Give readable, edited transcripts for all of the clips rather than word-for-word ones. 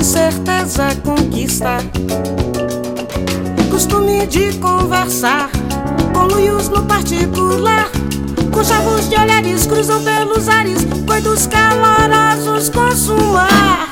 certeza conquista. Costume de conversar com luios no particular, com chavos de olhares cruzam pelos ares, coitos calorosos consumar.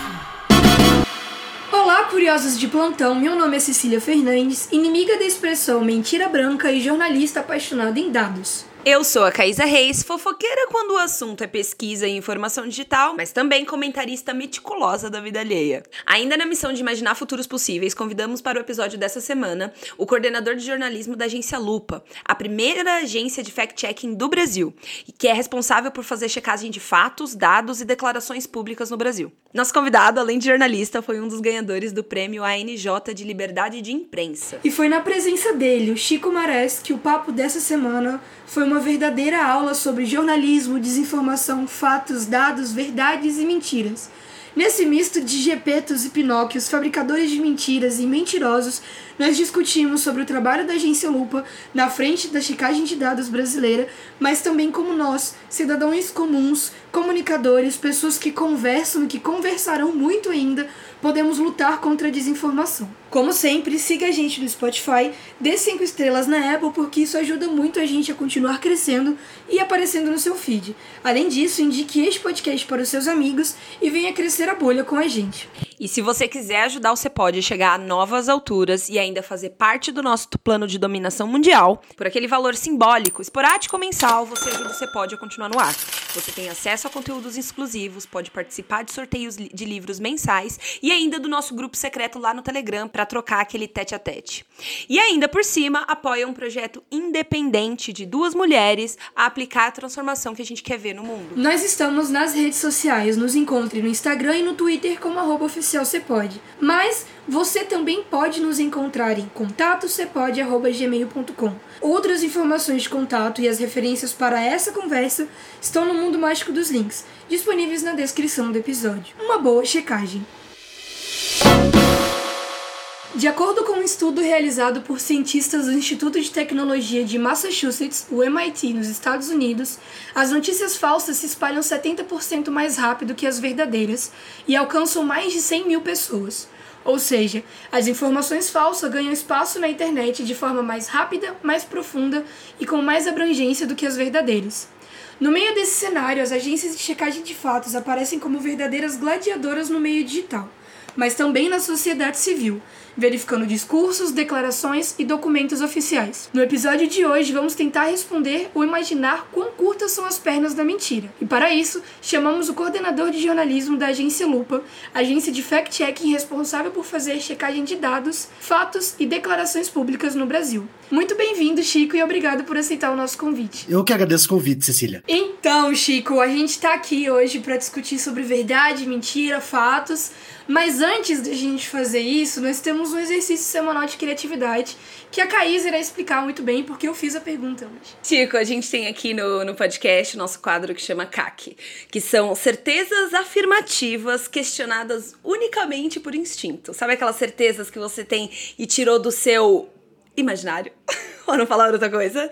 Olá, curiosos de plantão, meu nome é Cecília Fernandes, inimiga da expressão mentira branca e jornalista apaixonada em dados. Eu sou a Caísa Reis, fofoqueira quando o assunto é pesquisa e informação digital, mas também comentarista meticulosa da vida alheia. Ainda na missão de imaginar futuros possíveis, convidamos para o episódio dessa semana o coordenador de jornalismo da agência Lupa, a primeira agência de fact-checking do Brasil, e que é responsável por fazer checagem de fatos, dados e declarações públicas no Brasil. Nosso convidado, além de jornalista, foi um dos ganhadores do prêmio ANJ de Liberdade de Imprensa. E foi na presença dele, o Chico Marés, que o papo dessa semana foi uma verdadeira aula sobre jornalismo, desinformação, fatos, dados, verdades e mentiras. Nesse misto de Gepetos e Pinóquios, fabricadores de mentiras e mentirosos, nós discutimos sobre o trabalho da agência Lupa na frente da checagem de dados brasileira, mas também como nós, cidadãos comuns, comunicadores, pessoas que conversam e que conversarão muito ainda, podemos lutar contra a desinformação. Como sempre, siga a gente no Spotify, dê 5 estrelas na Apple, porque isso ajuda muito a gente a continuar crescendo e aparecendo no seu feed. Além disso, indique este podcast para os seus amigos e venha crescer a bolha com a gente. E se você quiser ajudar o Cepod a chegar a novas alturas e ainda fazer parte do nosso plano de dominação mundial, por aquele valor simbólico, esporádico ou mensal, você ajuda o Cepod a continuar no ar. Você tem acesso a conteúdos exclusivos, pode participar de sorteios de livros mensais e ainda do nosso grupo secreto lá no Telegram para trocar aquele tete-a-tete. E ainda por cima, apoia um projeto independente de 2 mulheres a aplicar a transformação que a gente quer ver no mundo. Nós estamos nas redes sociais, nos encontre no Instagram e no Twitter como @oficialcepod. Mas você também pode nos encontrar em contatocepod@gmail.com. Outras informações de contato e as referências para essa conversa estão no mundo mágico dos links, disponíveis na descrição do episódio. Uma boa checagem. De acordo com um estudo realizado por cientistas do Instituto de Tecnologia de Massachusetts, o MIT, nos Estados Unidos, as notícias falsas se espalham 70% mais rápido que as verdadeiras e alcançam mais de 100 mil pessoas. Ou seja, as informações falsas ganham espaço na internet de forma mais rápida, mais profunda e com mais abrangência do que as verdadeiras. No meio desse cenário, as agências de checagem de fatos aparecem como verdadeiras gladiadoras no meio digital, mas também na sociedade civil, verificando discursos, declarações e documentos oficiais. No episódio de hoje, vamos tentar responder ou imaginar quão curtas são as pernas da mentira. E para isso, chamamos o coordenador de jornalismo da agência Lupa, agência de fact-checking responsável por fazer checagem de dados, fatos e declarações públicas no Brasil. Muito bem-vindo, Chico, e obrigado por aceitar o nosso convite. Eu que agradeço o convite, Cecília. Então, Chico, a gente está aqui hoje para discutir sobre verdade, mentira, fatos, mas antes de a gente fazer isso, nós temos um exercício semanal de criatividade que a Caísa irá explicar muito bem, porque eu fiz a pergunta hoje. Chico, a gente tem aqui no podcast o nosso quadro que chama CAC, que são certezas afirmativas questionadas unicamente por instinto. Sabe aquelas certezas que você tem e tirou do seu imaginário? Ou não falar outra coisa?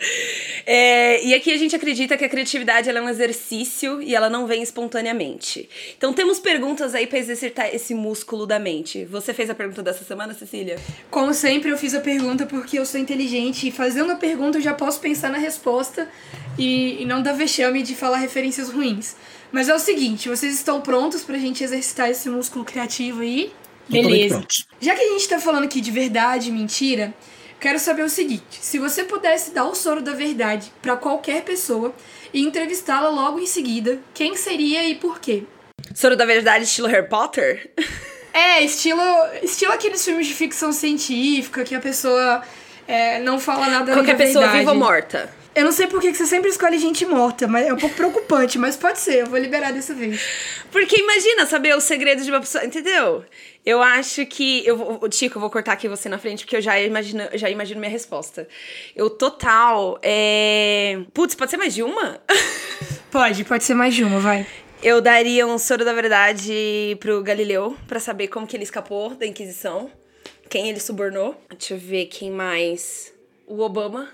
E aqui a gente acredita que a criatividade ela é um exercício e ela não vem espontaneamente. Então temos perguntas aí para exercitar esse músculo da mente. Você fez a pergunta dessa semana, Cecília? Como sempre, eu fiz a pergunta porque eu sou inteligente e fazendo a pergunta eu já posso pensar na resposta e não dar vexame de falar referências ruins. Mas é o seguinte, vocês estão prontos pra gente exercitar esse músculo criativo aí? Beleza. Já que a gente tá falando aqui de verdade e mentira, quero saber o seguinte, se você pudesse dar o soro da verdade para qualquer pessoa e entrevistá-la logo em seguida, quem seria e por quê? Soro da verdade estilo Harry Potter? Estilo aqueles filmes de ficção científica que a pessoa não fala nada Qualquer da verdade. pessoa viva ou morta? Eu não sei por que você sempre escolhe gente morta, mas é um pouco preocupante, mas pode ser, eu vou liberar dessa vez. Porque imagina saber os segredos de uma pessoa, entendeu? Eu acho que... Chico, eu vou cortar aqui você na frente, porque eu já imagino minha resposta. Eu total... Putz, pode ser mais de uma? Pode ser mais de uma, vai. Eu daria um soro da verdade pro Galileu, pra saber como que ele escapou da Inquisição, quem ele subornou. Deixa eu ver quem mais... O Obama...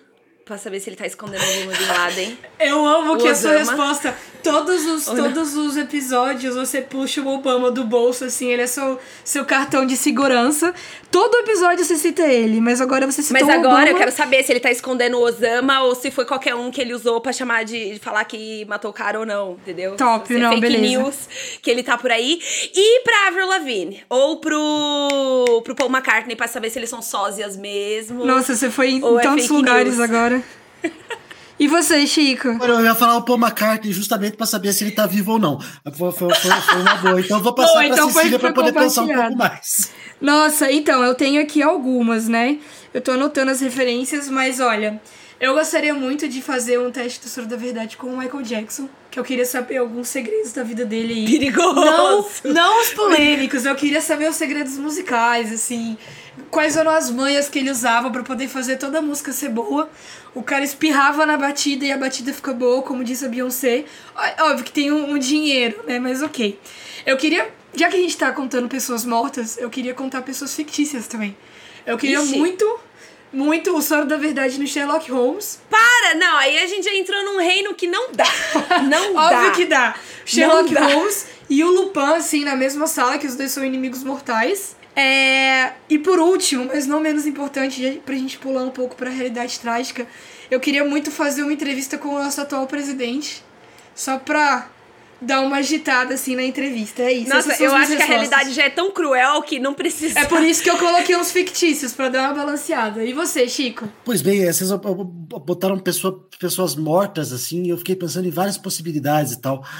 pra saber se ele tá escondendo alguma Bin Laden. Eu amo que a sua Osama. resposta, todos os episódios você puxa o Obama do bolso, assim, ele é seu cartão de segurança. Todo episódio você cita ele, mas agora você citou Mas o agora Obama. eu quero saber se ele tá escondendo o Osama ou se foi qualquer um que ele usou pra chamar de falar que matou o cara ou não, entendeu? Top, se é não, fake beleza. news que ele tá por aí. E pra Avril Lavigne, ou pro Paul McCartney, pra saber se eles são sósias mesmo. Nossa, você foi em Ou é tantos fake lugares news? agora. E você, Chico? Eu ia falar o Paul McCartney justamente pra saber se ele tá vivo ou não. Foi uma boa. Então eu vou passar Boa, então pra Cecília foi pra poder pensar um compartilhado. pouco mais. Nossa, então, eu tenho aqui algumas, né? Eu tô anotando as referências, mas olha, eu gostaria muito de fazer um teste do Soro da Verdade com o Michael Jackson, que eu queria saber alguns segredos da vida dele aí. Perigoso! Não os polêmicos, eu queria saber os segredos musicais, assim, quais eram as manhas que ele usava pra poder fazer toda a música ser boa. O cara espirrava na batida e a batida fica boa, como disse a Beyoncé. Óbvio que tem um dinheiro, né? Mas ok. Eu queria, já que a gente tá contando pessoas mortas, eu queria contar pessoas fictícias também. Eu queria Ixi. muito o Soro da Verdade no Sherlock Holmes. Para! Não, aí a gente já entrou num reino que não dá. Não dá. Óbvio que dá. Sherlock dá. Holmes e o Lupin, assim, na mesma sala, que os dois são inimigos mortais. E por último, mas não menos importante, pra gente pular um pouco pra realidade trágica, eu queria muito fazer uma entrevista com o nosso atual presidente, só pra dar uma agitada, assim, na entrevista. É isso. Nossa, essas são eu as acho minhas que a respostas. realidade já é tão cruel que não precisa. É por isso que eu coloquei uns fictícios, pra dar uma balanceada. E você, Chico? Pois bem, vocês botaram pessoas mortas, assim, e eu fiquei pensando em várias possibilidades e tal.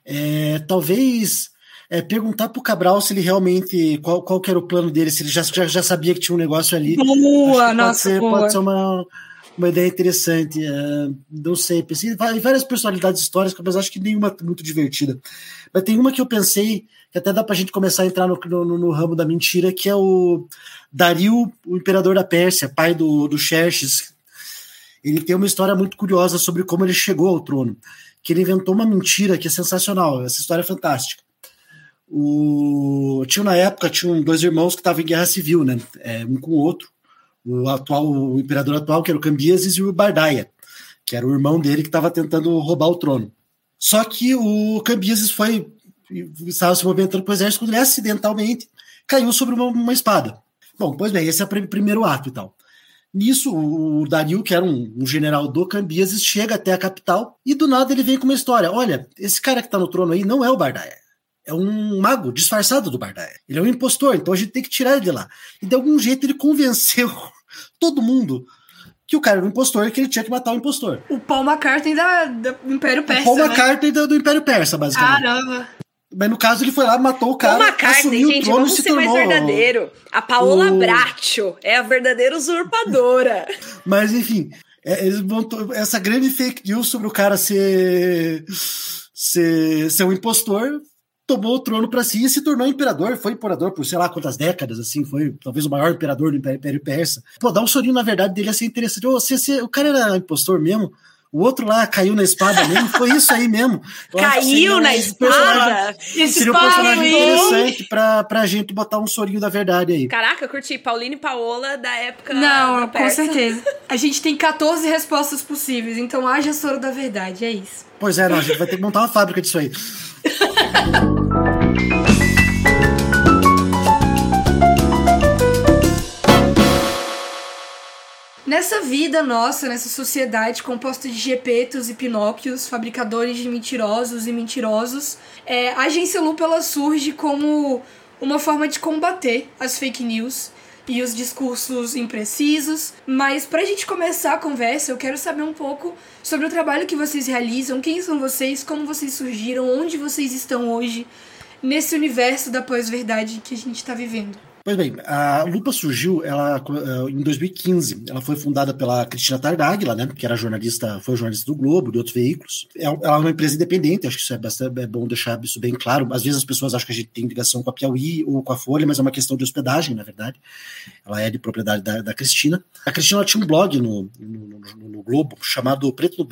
Talvez perguntar pro Cabral se ele realmente, qual que era o plano dele, se ele já sabia que tinha um negócio ali. Boa, Acho que nossa, boa. pode ser uma ideia interessante. Não sei, pensei em várias personalidades históricas, mas acho que nenhuma muito divertida. Mas tem uma que eu pensei, que até dá pra gente começar a entrar no ramo da mentira, que é o Dario, o imperador da Pérsia, pai do Xerxes. Ele tem uma história muito curiosa sobre como ele chegou ao trono, que ele inventou uma mentira que é sensacional, essa história é fantástica. Na época, tinham dois irmãos que estavam em guerra civil, né? Um com o outro. O imperador atual, que era o Cambises, e o Bardaia, que era o irmão dele que estava tentando roubar o trono. Só que o Cambises estava se movimentando para o exército quando ele acidentalmente caiu sobre uma espada. Bom, pois bem, esse é o primeiro ato e tal. Nisso, o Dario, que era um general do Cambises, chega até a capital e do nada ele vem com uma história. Olha, esse cara que está no trono aí não é o Bardaia. É um mago disfarçado do Bardaia. Ele é um impostor, então a gente tem que tirar ele de lá. E de algum jeito ele convenceu todo mundo que o cara era um impostor e que ele tinha que matar o impostor. O Paul McCartney do Império Persa, O Paul né? McCartney do Império Persa, basicamente. Caramba. Mas no caso ele foi lá, matou o cara, Paul McCartney, assumiu gente, o trono vamos e se ser mais tornou... verdadeiro. A Paola Bracho é a verdadeira usurpadora. Mas enfim, eles montou essa grande fake news sobre o cara ser um impostor, tomou o trono para si e se tornou imperador. Foi imperador por sei lá quantas décadas, assim, foi talvez o maior imperador do Império Persa. Pô, dar um sorinho na verdade dele ia ser interessante. O cara era impostor mesmo, o outro lá caiu na espada mesmo, foi isso aí mesmo. Eu acho que Caiu na espada? Seria um personagem interessante pra gente botar um sorinho da verdade aí. Caraca, curti. Pauline e Paola da época Não, da com Persa. certeza. A gente tem 14 respostas possíveis, então haja Soro da Verdade, é isso. Pois é, não, a gente vai ter que montar uma fábrica disso aí. Nessa vida nossa, nessa sociedade composta de gepetos e pinóquios, fabricadores de mentirosos e mentirosos, a Agência Lupa ela surge como uma forma de combater as fake news e os discursos imprecisos. Mas pra gente começar a conversa, eu quero saber um pouco sobre o trabalho que vocês realizam, quem são vocês, como vocês surgiram, onde vocês estão hoje, nesse universo da pós-verdade que a gente tá vivendo. Pois bem, a Lupa surgiu em 2015. Ela foi fundada pela Cristina Tardáguila, né, que era foi jornalista do Globo, de outros veículos. Ela é uma empresa independente, acho que isso é bom deixar isso bem claro. Às vezes as pessoas acham que a gente tem ligação com a Piauí ou com a Folha, mas é uma questão de hospedagem, na verdade. Ela é de propriedade da Cristina. A Cristina ela tinha um blog no Globo chamado Preto no Branco,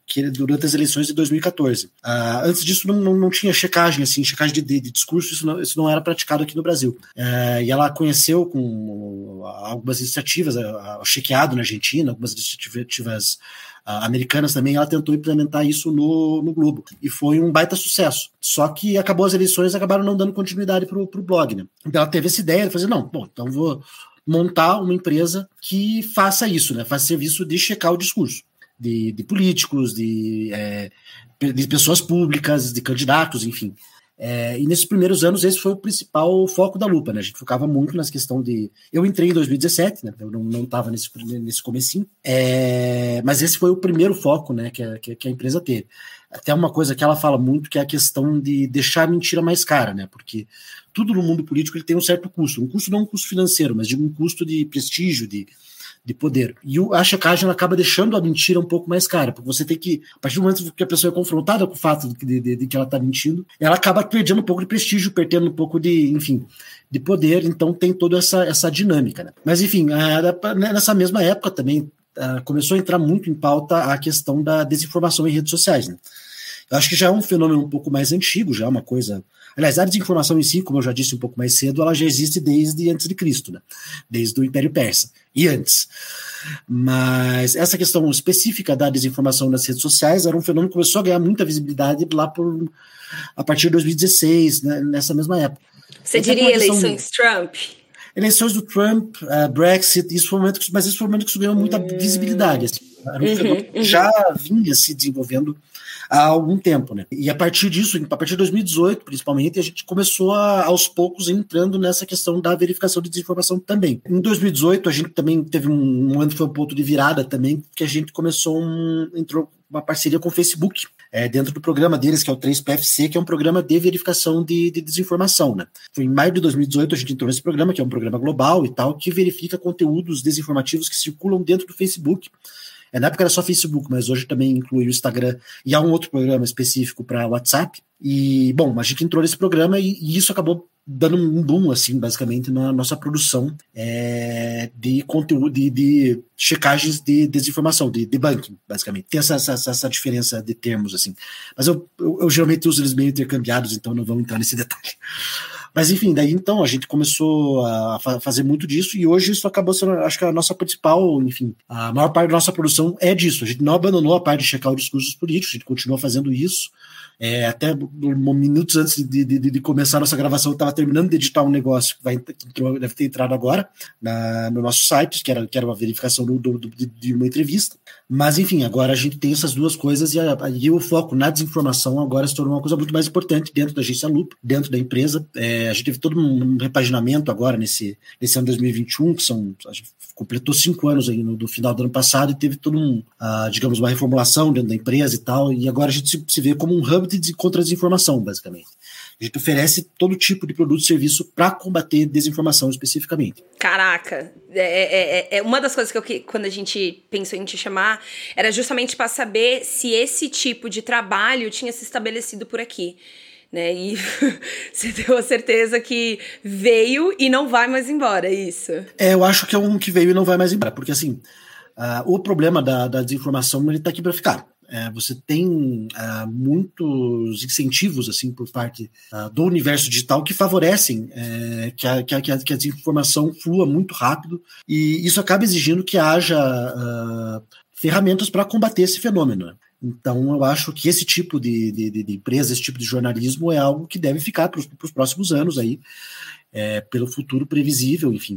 durante as eleições de 2014. Antes disso, não tinha checagem de discurso, isso não era praticado aqui no Brasil. E ela conheceu com algumas iniciativas, chequeado na Argentina, algumas iniciativas americanas também, ela tentou implementar isso no Globo. E foi um baita sucesso. Só que acabou as eleições, acabaram não dando continuidade pro blog, né? Então ela teve essa ideia de fazer, então vou montar uma empresa que faça isso, né? Faça serviço de checar o discurso de políticos, de pessoas públicas, de candidatos, enfim. E nesses primeiros anos esse foi o principal foco da Lupa, né? A gente focava muito nessa questão de... Eu entrei em 2017, né? Eu não estava nesse comecinho, mas esse foi o primeiro foco, né, que a empresa teve. Até uma coisa que ela fala muito, que é a questão de deixar a mentira mais cara, né? Porque tudo no mundo político ele tem um certo custo. Um custo não um custo financeiro, mas um custo de prestígio, de poder. E a checagem ela acaba deixando a mentira um pouco mais cara, porque você tem que, a partir do momento que a pessoa é confrontada com o fato de que ela está mentindo, ela acaba perdendo um pouco de prestígio, perdendo um pouco de poder, então tem toda essa dinâmica, né? Mas enfim, nessa mesma época também começou a entrar muito em pauta a questão da desinformação em redes sociais, né? Eu acho que já é um fenômeno um pouco mais antigo, já é uma coisa... Aliás, a desinformação em si, como eu já disse um pouco mais cedo, ela já existe desde antes de Cristo, né? Desde o Império Persa, e antes. Mas essa questão específica da desinformação nas redes sociais era um fenômeno que começou a ganhar muita visibilidade lá a partir de 2016, né? Nessa mesma época. Você diria eleições Trump? Eleições do Trump, Brexit, esse foi o momento que isso ganhou muita visibilidade. Assim. Era um fenômeno que já vinha se desenvolvendo há algum tempo, né? E a partir disso, a partir de 2018, principalmente, a gente começou aos poucos entrando nessa questão da verificação de desinformação também. Em 2018, a gente também teve um ano que foi um ponto de virada também, que a gente entrou uma parceria com o Facebook, dentro do programa deles, que é o 3PFC, que é um programa de verificação de desinformação, né? Foi em maio de 2018 a gente entrou nesse programa, que é um programa global e tal, que verifica conteúdos desinformativos que circulam dentro do Facebook. Na época era só Facebook, mas hoje também inclui o Instagram e há um outro programa específico para WhatsApp. E, bom, a gente entrou nesse programa e isso acabou dando um boom, assim, basicamente, na nossa produção de conteúdo, de checagens de desinformação, de debunking, basicamente. Tem essa diferença de termos, assim. Mas eu geralmente uso eles meio intercambiados, então não vamos entrar nesse detalhe. Mas enfim, daí então a gente começou a fazer muito disso e hoje isso acabou sendo, acho que a nossa principal, enfim, a maior parte da nossa produção é disso. A gente não abandonou a parte de checar os discursos políticos, a gente continua fazendo isso. Até minutos antes de começar a nossa gravação, eu estava terminando de editar um negócio que deve ter entrado agora no nosso site, que era uma verificação de uma entrevista. Mas, enfim, agora a gente tem essas duas coisas e o foco na desinformação agora se tornou uma coisa muito mais importante dentro da agência Lupa, dentro da empresa. A gente teve todo um repaginamento agora nesse ano 2021, a gente completou 5 anos aí no final do ano passado e teve todo digamos, uma reformulação dentro da empresa e tal, e agora a gente se vê como um hub contra a desinformação, basicamente. A gente oferece todo tipo de produto e serviço para combater desinformação especificamente. Caraca, uma das coisas que quando a gente pensou em te chamar, era justamente para saber se esse tipo de trabalho tinha se estabelecido por aqui, né? E você deu a certeza que veio e não vai mais embora, é isso? Eu acho que é um que veio e não vai mais embora, porque assim, o problema da desinformação, ele tá aqui para ficar. Você tem muitos incentivos assim por parte do universo digital que favorecem que a desinformação flua muito rápido, e isso acaba exigindo que haja ferramentas para combater esse fenômeno, né? Então eu acho que esse tipo de empresa, esse tipo de jornalismo é algo que deve ficar para os próximos anos aí, pelo futuro previsível, enfim.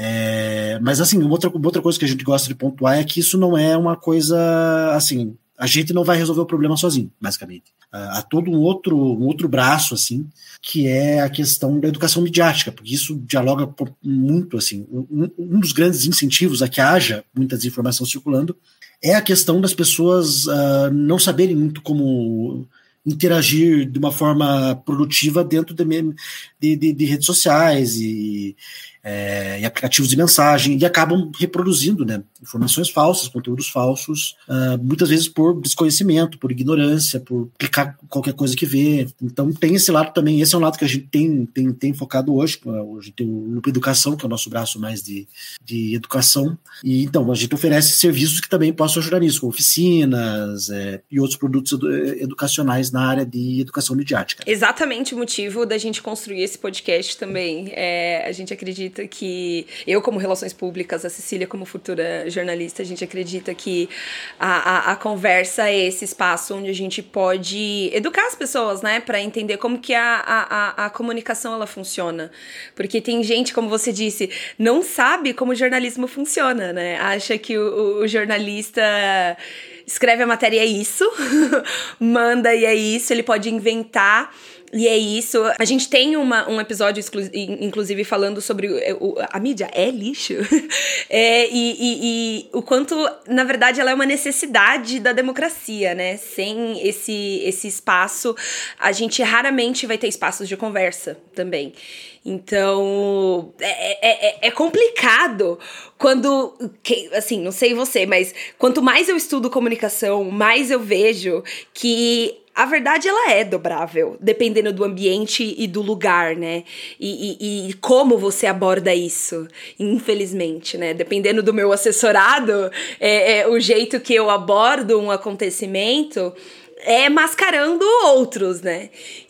Mas assim, uma outra coisa que a gente gosta de pontuar é que isso não é uma coisa assim... A gente não vai resolver o problema sozinho, basicamente. Há todo um outro braço, assim, que é a questão da educação midiática, porque isso dialoga muito, assim. Um dos grandes incentivos a que haja muita desinformação circulando é a questão das pessoas não saberem muito como interagir de uma forma produtiva dentro de redes sociais e e aplicativos de mensagem, e acabam reproduzindo, né, informações falsas, conteúdos falsos, muitas vezes por desconhecimento, por ignorância, por clicar qualquer coisa que vê. Então tem esse lado também, esse é um lado que a gente tem focado hoje. Hoje tem o Lupa Educação, que é o nosso braço mais de educação, e então a gente oferece serviços que também possam ajudar nisso, como oficinas e outros produtos educacionais na área de educação midiática. Exatamente o motivo da gente construir esse podcast também. A gente acredita que, eu como Relações Públicas, a Cecília como futura jornalista, a gente acredita que a conversa é esse espaço onde a gente pode educar as pessoas, né, para entender como que a comunicação ela funciona. Porque tem gente, como você disse, não sabe como o jornalismo funciona, né? Acha que o jornalista escreve a matéria e é isso, manda e é isso, ele pode inventar e é isso. A gente tem um episódio, inclusive, falando sobre a mídia é lixo. E o quanto, na verdade, ela é uma necessidade da democracia, né? Sem esse espaço, a gente raramente vai ter espaços de conversa também. Então, é complicado quando, assim, não sei você, mas quanto mais eu estudo comunicação, mais eu vejo que a verdade, ela é dobrável, dependendo do ambiente e do lugar, né? E como você aborda isso, infelizmente, né? Dependendo do meu assessorado, o jeito que eu abordo um acontecimento mascarando outros, né?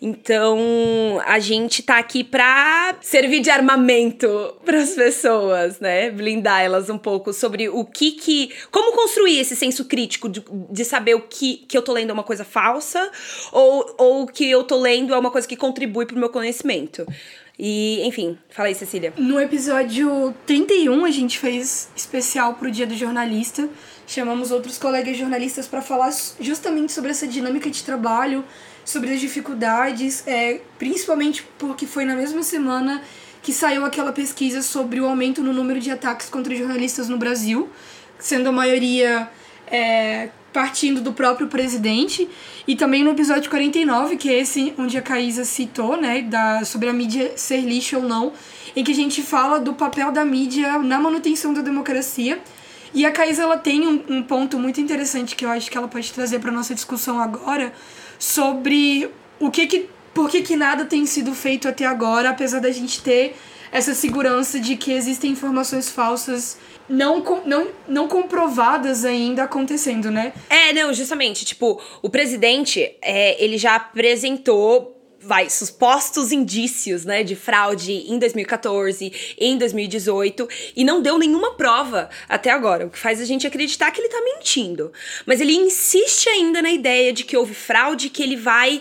Então, a gente tá aqui pra servir de armamento pras pessoas, né? Blindar elas um pouco sobre como construir esse senso crítico de saber o que eu tô lendo é uma coisa falsa ou o que eu tô lendo é uma coisa que contribui pro meu conhecimento. E, enfim, fala aí, Cecília. No episódio 31, a gente fez especial pro Dia do Jornalista. Chamamos outros colegas jornalistas para falar justamente sobre essa dinâmica de trabalho, sobre as dificuldades, principalmente porque foi na mesma semana que saiu aquela pesquisa sobre o aumento no número de ataques contra jornalistas no Brasil, sendo a maioria partindo do próprio presidente. E também no episódio 49, que é esse onde a Caísa citou, né, sobre a mídia ser lixo ou não, em que a gente fala do papel da mídia na manutenção da democracia. E a Caísa, ela tem um ponto muito interessante que eu acho que ela pode trazer para nossa discussão agora, sobre por que nada tem sido feito até agora, apesar da gente ter essa segurança de que existem informações falsas não comprovadas ainda acontecendo, né? Não, justamente, tipo, o presidente, ele já apresentou supostos indícios, né, de fraude em 2014, em 2018, e não deu nenhuma prova até agora, o que faz a gente acreditar que ele tá mentindo. Mas ele insiste ainda na ideia de que houve fraude, que ele vai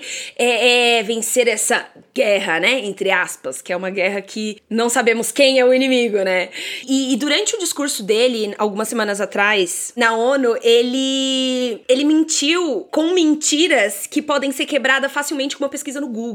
vencer essa guerra, né, entre aspas, que é uma guerra que não sabemos quem é o inimigo, né. E durante o discurso dele, algumas semanas atrás, na ONU, ele mentiu com mentiras que podem ser quebradas facilmente com uma pesquisa no Google.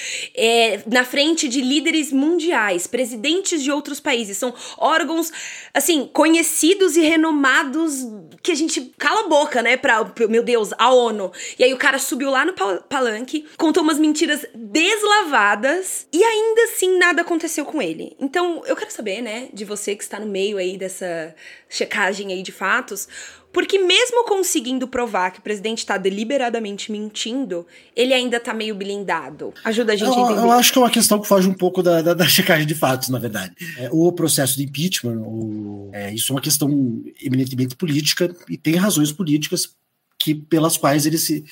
Na frente de líderes mundiais, presidentes de outros países, são órgãos, assim, conhecidos e renomados, que a gente cala a boca, né, meu Deus, a ONU. E aí o cara subiu lá no palanque, contou umas mentiras deslavadas, e ainda assim nada aconteceu com ele. Então, eu quero saber, né, de você que está no meio aí dessa checagem aí de fatos, porque mesmo conseguindo provar que o presidente está deliberadamente mentindo, ele ainda tá meio blindado. Ajuda a gente a entender. Eu acho que é uma questão que foge um pouco da checagem de fatos, na verdade. O processo de impeachment, isso é uma questão eminentemente política, e tem razões políticas pelas quais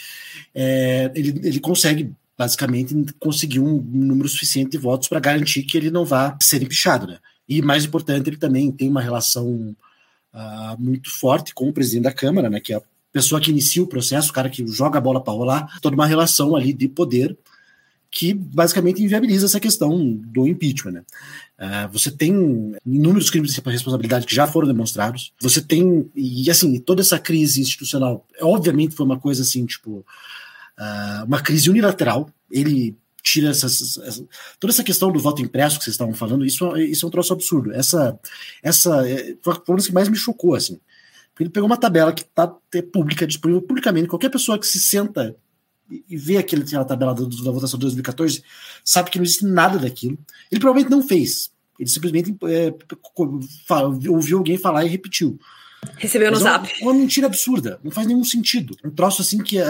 ele consegue, basicamente, conseguir um número suficiente de votos para garantir que ele não vá ser impeachado, né? E, mais importante, ele também tem uma relação muito forte com o presidente da Câmara, né, que é a pessoa que inicia o processo, o cara que joga a bola para rolar, toda uma relação ali de poder que basicamente inviabiliza essa questão do impeachment, né? Você tem inúmeros crimes de responsabilidade que já foram demonstrados, você tem, e assim, toda essa crise institucional, obviamente foi uma coisa assim, tipo, uma crise unilateral. Ele tira toda essa questão do voto impresso que vocês estavam falando, isso é um troço absurdo. Essa foi a coisa que mais me chocou, assim. Porque ele pegou uma tabela que está pública, disponível publicamente. Qualquer pessoa que se senta e vê aquela tabela da votação de 2014 sabe que não existe nada daquilo. Ele provavelmente não fez. Ele simplesmente ouviu alguém falar e repetiu. Recebeu no zap. Uma mentira absurda, não faz nenhum sentido. Um troço assim que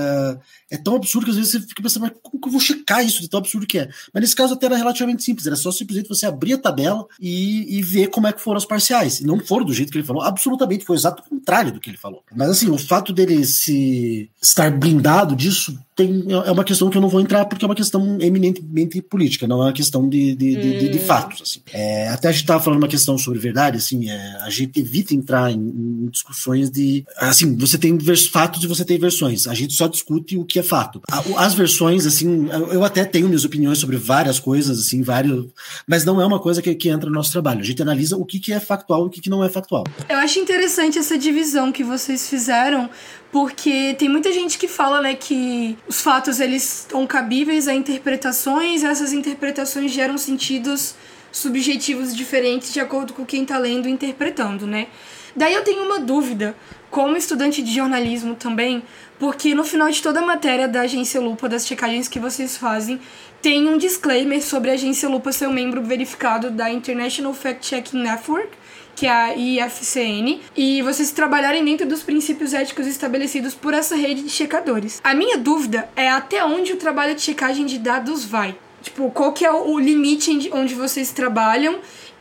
é tão absurdo que às vezes você fica pensando, mas como que eu vou checar isso de tão absurdo que é? Mas nesse caso até era relativamente simples, era só simplesmente você abrir a tabela e ver como é que foram as parciais. E não foram do jeito que ele falou, absolutamente, foi exato o contrário do que ele falou. Mas assim, o fato dele estar blindado disso é uma questão que eu não vou entrar, porque é uma questão eminentemente política, não é uma questão de fatos. Assim. Até a gente estava falando uma questão sobre verdade, assim, a gente evita entrar em discussões de... Assim, você tem fatos e você tem versões. A gente só discute o que é fato. As versões, assim, eu até tenho minhas opiniões sobre várias coisas, assim, mas não é uma coisa que entra no nosso trabalho. A gente analisa o que é factual e o que não é factual. Eu acho interessante essa divisão que vocês fizeram, porque tem muita gente que fala, né, que os fatos eles estão cabíveis a interpretações, e essas interpretações geram sentidos subjetivos diferentes de acordo com quem está lendo e interpretando, né? Daí eu tenho uma dúvida, como estudante de jornalismo também, porque no final de toda a matéria da Agência Lupa, das checagens que vocês fazem, tem um disclaimer sobre a Agência Lupa ser um membro verificado da International Fact Checking Network, que é a IFCN, e vocês trabalharem dentro dos princípios éticos estabelecidos por essa rede de checadores. A minha dúvida é até onde o trabalho de checagem de dados vai. Tipo, qual que é o limite onde vocês trabalham,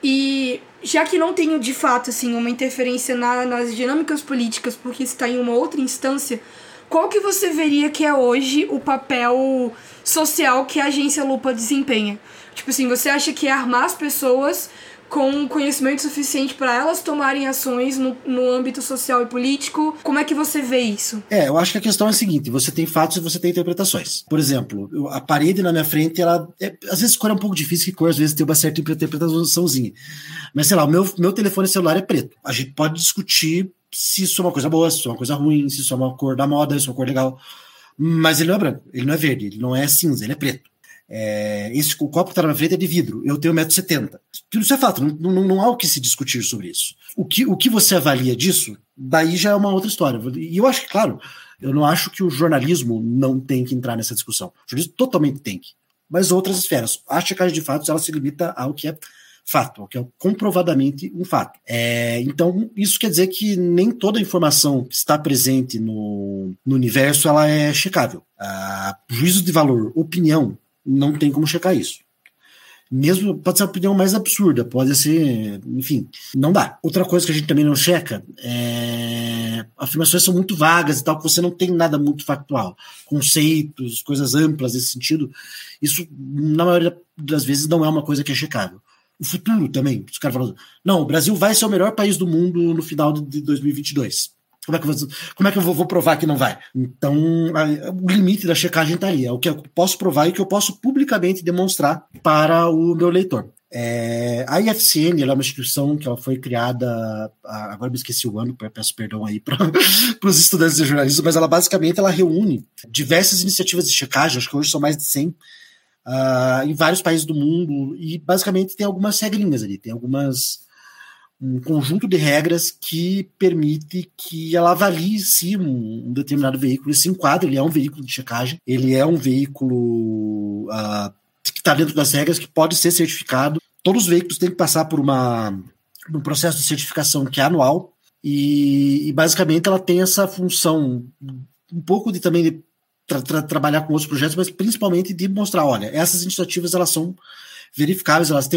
e já que não tem de fato assim, uma interferência nas dinâmicas políticas, porque está em uma outra instância, qual que você veria que é hoje o papel social que a Agência Lupa desempenha? Tipo assim, você acha que é armar as pessoas com conhecimento suficiente para elas tomarem ações no âmbito social e político? Como é que você vê isso? Eu acho que a questão é a seguinte, você tem fatos e você tem interpretações. Por exemplo, a parede na minha frente, ela às vezes cor é um pouco difícil, que cor às vezes tem uma certa interpretaçãozinha. Mas sei lá, o meu telefone celular é preto. A gente pode discutir se isso é uma coisa boa, se isso é uma coisa ruim, se isso é uma cor da moda, se isso é uma cor legal. Mas ele não é branco, ele não é verde, ele não é cinza, ele é preto. O copo que está na minha frente é de vidro, eu tenho 1,70 m. Tudo isso é fato, não há o que se discutir sobre isso. O que você avalia disso, daí já é uma outra história. E eu acho que, claro, eu não acho que o jornalismo não tem que entrar nessa discussão. O jornalismo totalmente tem que. Mas outras esferas. A checagem de fatos, ela se limita ao que é fato, ao que é comprovadamente um fato. Então, isso quer dizer que nem toda informação que está presente no universo, ela é checável. Juízo de valor, opinião, não tem como checar isso. Mesmo pode ser a opinião mais absurda, pode ser, enfim, não dá. Outra coisa que a gente também não checa afirmações são muito vagas e tal, que você não tem nada muito factual. Conceitos, coisas amplas nesse sentido, isso na maioria das vezes não é uma coisa que é checável. O futuro também, os caras falam, não, o Brasil vai ser o melhor país do mundo no final de 2022. Como é que eu vou provar que não vai? Então, o limite da checagem está ali. É o que eu posso provar e que eu posso publicamente demonstrar para o meu leitor. A IFCN ela é uma instituição que ela foi criada, agora me esqueci o ano, peço perdão aí para os estudantes de jornalismo, mas ela basicamente reúne diversas iniciativas de checagem, acho que hoje são mais de 100, em vários países do mundo, e basicamente tem algumas regrinhas ali, tem um conjunto de regras que permite que ela avalie se um determinado veículo se enquadra, ele é um veículo de checagem, ele é um veículo que está dentro das regras, que pode ser certificado. Todos os veículos têm que passar por um processo de certificação que é anual, e basicamente ela tem essa função um pouco de também de trabalhar com outros projetos, mas principalmente de mostrar, olha, essas iniciativas elas são verificáveis, elas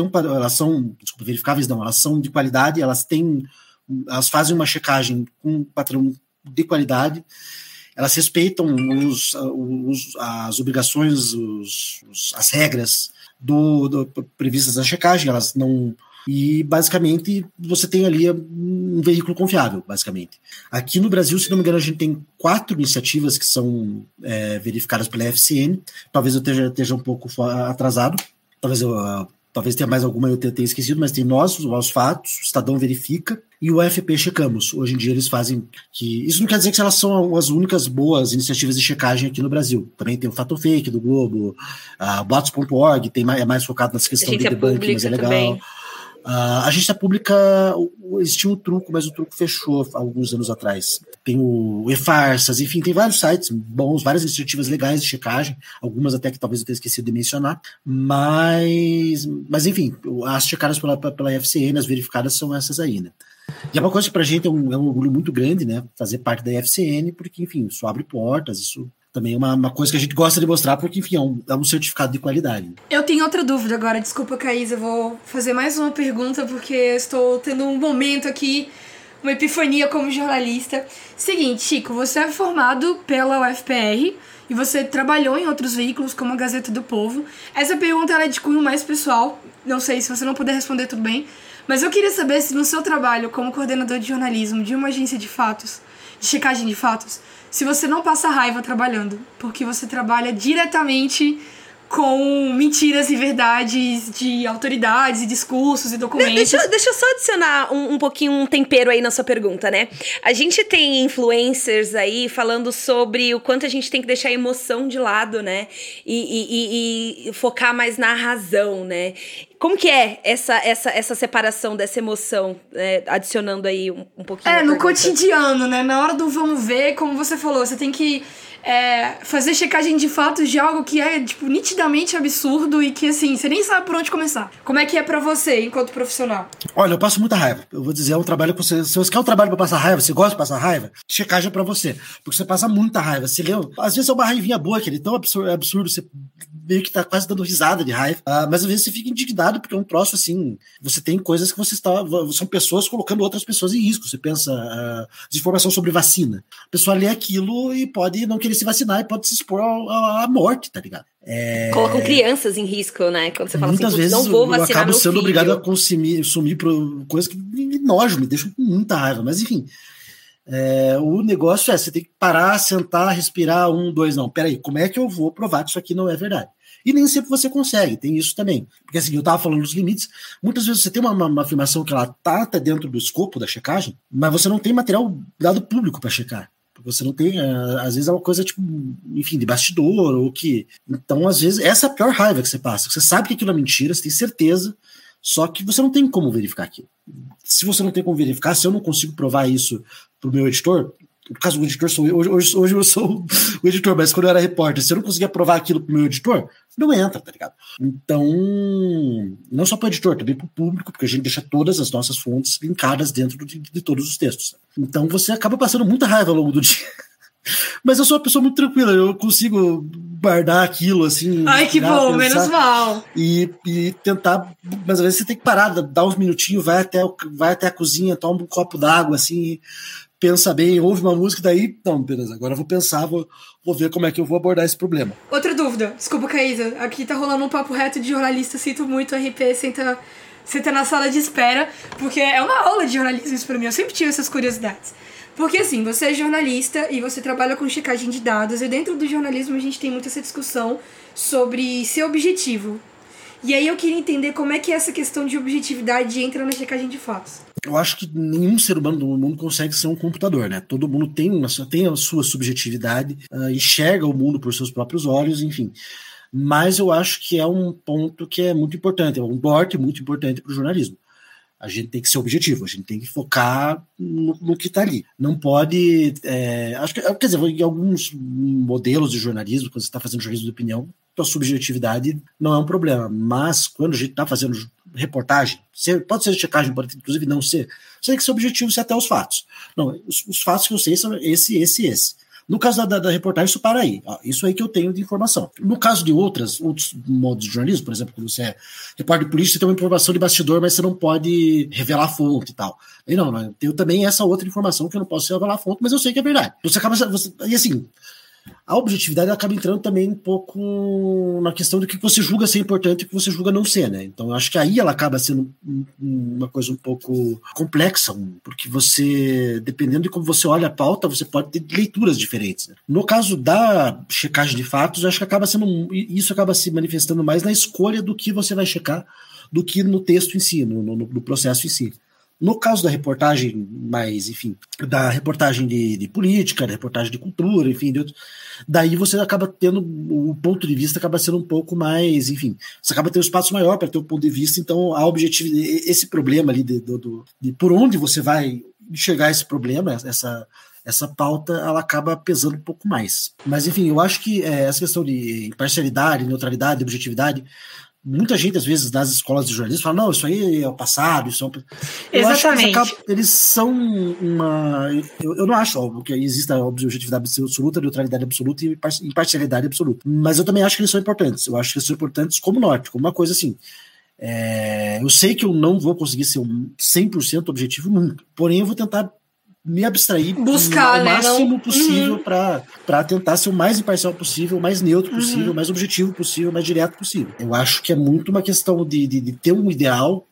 são de qualidade, elas fazem uma checagem com um padrão de qualidade, elas respeitam as obrigações, as regras previstas na checagem, elas não... E, basicamente, você tem ali um veículo confiável, basicamente. Aqui no Brasil, se não me engano, a gente tem 4 iniciativas que são verificadas pela FCN. Talvez eu esteja um pouco atrasado. Talvez tenha mais alguma eu tenha esquecido, mas tem nós, os fatos, o Estadão verifica e o AFP checamos. Hoje em dia eles fazem que... Isso não quer dizer que elas são as únicas boas iniciativas de checagem aqui no Brasil. Também tem o Fato Fake do Globo, bots.org, é mais focado nessa questão de debunking, mas é legal. Também. A agência pública, existia um truco, mas o truco fechou há alguns anos atrás. Tem o E-Farsas, enfim, tem vários sites bons, várias iniciativas legais de checagem, algumas até que talvez eu tenha esquecido de mencionar, mas enfim, as checadas pela FCN, as verificadas são essas aí, né? E é uma coisa que pra gente é um orgulho muito grande, né? Fazer parte da FCN, porque, enfim, isso abre portas, isso também é uma coisa que a gente gosta de mostrar, porque, enfim, é um certificado de qualidade. Eu tenho outra dúvida agora, desculpa, Caís, eu vou fazer mais uma pergunta, porque estou tendo um momento aqui, uma epifania como jornalista. Seguinte, Chico, você é formado pela UFPR e você trabalhou em outros veículos, como a Gazeta do Povo. Essa pergunta ela é de cunho mais pessoal, não sei, se você não puder responder, tudo bem, mas eu queria saber se no seu trabalho como coordenador de jornalismo de uma agência de fatos, de checagem de fatos, se você não passa raiva trabalhando, porque você trabalha diretamente com mentiras e verdades de autoridades e discursos e documentos. Deixa eu só adicionar um pouquinho, um tempero aí na sua pergunta, né? A gente tem influencers aí falando sobre o quanto a gente tem que deixar a emoção de lado, né? E focar mais na razão, né? Como que é essa separação dessa emoção, né? Adicionando aí um pouquinho. No cotidiano, né? Na hora do vamos ver, como você falou, você tem que fazer checagem de fatos de algo que é, tipo, nitidamente absurdo e que, assim, você nem sabe por onde começar. Como é que é pra você, enquanto profissional? Olha, eu passo muita raiva. Eu vou dizer, é um trabalho que você... Se você quer um trabalho pra passar raiva, você gosta de passar raiva, checagem é pra você. Porque você passa muita raiva. Você lê, às vezes é uma raivinha boa, aquele tão absurdo, você meio que tá quase dando risada de raiva. Mas às vezes você fica indignado porque é um troço, assim... Você tem coisas que são pessoas colocando outras pessoas em risco. Você pensa... desinformação sobre vacina. A pessoa lê aquilo e pode não querer se vacinar e pode se expor à morte, tá ligado? Colocam crianças em risco, né? Quando você fala muitas assim, vezes não vou vacinar eu acabo meu sendo filho. obrigado a consumir por coisas que me nojam, me deixam com muita raiva. Mas enfim, o negócio você tem que parar, sentar, respirar, 1, 2, não. Peraí, como é que eu vou provar que isso aqui não é verdade? E nem sempre você consegue, tem isso também. Porque assim, eu tava falando dos limites, muitas vezes você tem uma afirmação que ela tá até dentro do escopo da checagem, mas você não tem material dado público para checar. Você não tem, às vezes é uma coisa tipo, enfim, de bastidor, ou que... Então, às vezes, essa é a pior raiva que você passa. Você sabe que aquilo é mentira, você tem certeza, só que você não tem como verificar aquilo. Se você não tem como verificar, se eu não consigo provar isso pro meu editor, no caso do editor sou eu, hoje eu sou o editor, mas quando eu era repórter, se eu não conseguia provar aquilo pro meu editor, não entra, tá ligado? Então, não só pro editor, também pro público, porque a gente deixa todas as nossas fontes linkadas dentro de todos os textos. Então você acaba passando muita raiva ao longo do dia. Mas eu sou uma pessoa muito tranquila, eu consigo guardar aquilo, assim... Ai, que bom, menos mal. E tentar... Mas às vezes você tem que parar, dar uns minutinhos, vai até a cozinha, toma um copo d'água, assim... Pensa bem, ouve uma música, daí, não, beleza, agora eu vou pensar, vou ver como é que eu vou abordar esse problema. Outra dúvida, desculpa, Caísa, aqui tá rolando um papo reto de jornalista, sinto muito, RP, senta na sala de espera, porque é uma aula de jornalismo isso pra mim, eu sempre tive essas curiosidades. Porque assim, você é jornalista e você trabalha com checagem de dados, e dentro do jornalismo a gente tem muito essa discussão sobre ser objetivo. E aí eu queria entender como é que essa questão de objetividade entra na checagem de fatos. Eu acho que nenhum ser humano do mundo consegue ser um computador, né? Todo mundo tem a sua subjetividade, enxerga o mundo por seus próprios olhos, enfim. Mas eu acho que é um ponto que é muito importante, é um norte muito importante para o jornalismo. A gente tem que ser objetivo, a gente tem que focar no que está ali. Não pode... acho que, quer dizer, em alguns modelos de jornalismo, quando você está fazendo jornalismo de opinião, a subjetividade não é um problema. Mas quando a gente está fazendo reportagem, pode ser checagem, pode inclusive não ser, você tem que ser objetivo ser até os fatos. Não, os fatos que eu sei são esse. No caso da reportagem, isso para aí. Isso aí que eu tenho de informação. No caso de outros modos de jornalismo, por exemplo, quando você é repórter de polícia, você tem uma informação de bastidor, mas você não pode revelar a fonte e tal. E não, eu tenho também essa outra informação que eu não posso revelar a fonte, mas eu sei que é verdade. E assim, a objetividade acaba entrando também um pouco na questão do que você julga ser importante e o que você julga não ser, né? Então eu acho que aí ela acaba sendo uma coisa um pouco complexa, porque você, dependendo de como você olha a pauta, você pode ter leituras diferentes, né? No caso da checagem de fatos, eu acho que isso acaba se manifestando mais na escolha do que você vai checar do que no texto em si, no processo em si. No caso da reportagem, da reportagem de política, da reportagem de cultura, enfim, daí você acaba tendo, o ponto de vista acaba sendo um pouco mais, enfim, você acaba tendo um espaço maior para ter um ponto de vista, então a objetividade, esse problema ali de por onde você vai enxergar esse problema, essa pauta, ela acaba pesando um pouco mais. Mas, enfim, eu acho que essa questão de imparcialidade, neutralidade, objetividade, muita gente, às vezes, nas escolas de jornalismo fala, não, isso aí é o passado, isso é eu Exatamente. acho que eles são uma... Eu não acho, óbvio, que exista a objetividade absoluta, neutralidade absoluta e imparcialidade absoluta. Mas eu também acho que eles são importantes. Eu acho que eles são importantes como norte, como uma coisa assim. Eu sei que eu não vou conseguir ser 100% objetivo nunca, porém eu vou tentar me abstrair buscar, o máximo possível Uhum. para tentar ser o mais imparcial possível, o mais neutro possível, o mais objetivo possível, o mais direto possível. Eu acho que é muito uma questão de ter um ideal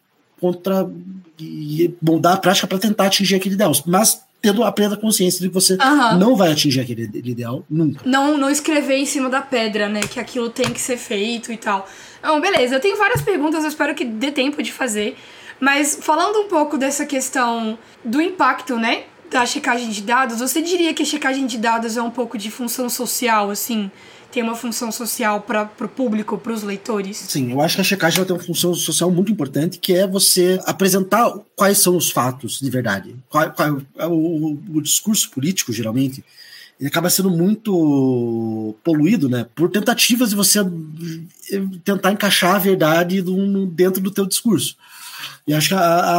e moldar a prática para tentar atingir aquele ideal, mas tendo a plena consciência de que você não vai atingir aquele ideal nunca. Não escrever em cima da pedra, né? Que aquilo tem que ser feito e tal. Então, beleza, eu tenho várias perguntas, eu espero que dê tempo de fazer. Mas falando um pouco dessa questão do impacto, né? Da checagem de dados, você diria que a checagem de dados é um pouco de função social, assim? Tem uma função social para o público, para os leitores? Sim, eu acho que a checagem ela tem uma função social muito importante, que é você apresentar quais são os fatos de verdade. O discurso político, geralmente, ele acaba sendo muito poluído, né, por tentativas de você tentar encaixar a verdade dentro do teu discurso. E acho que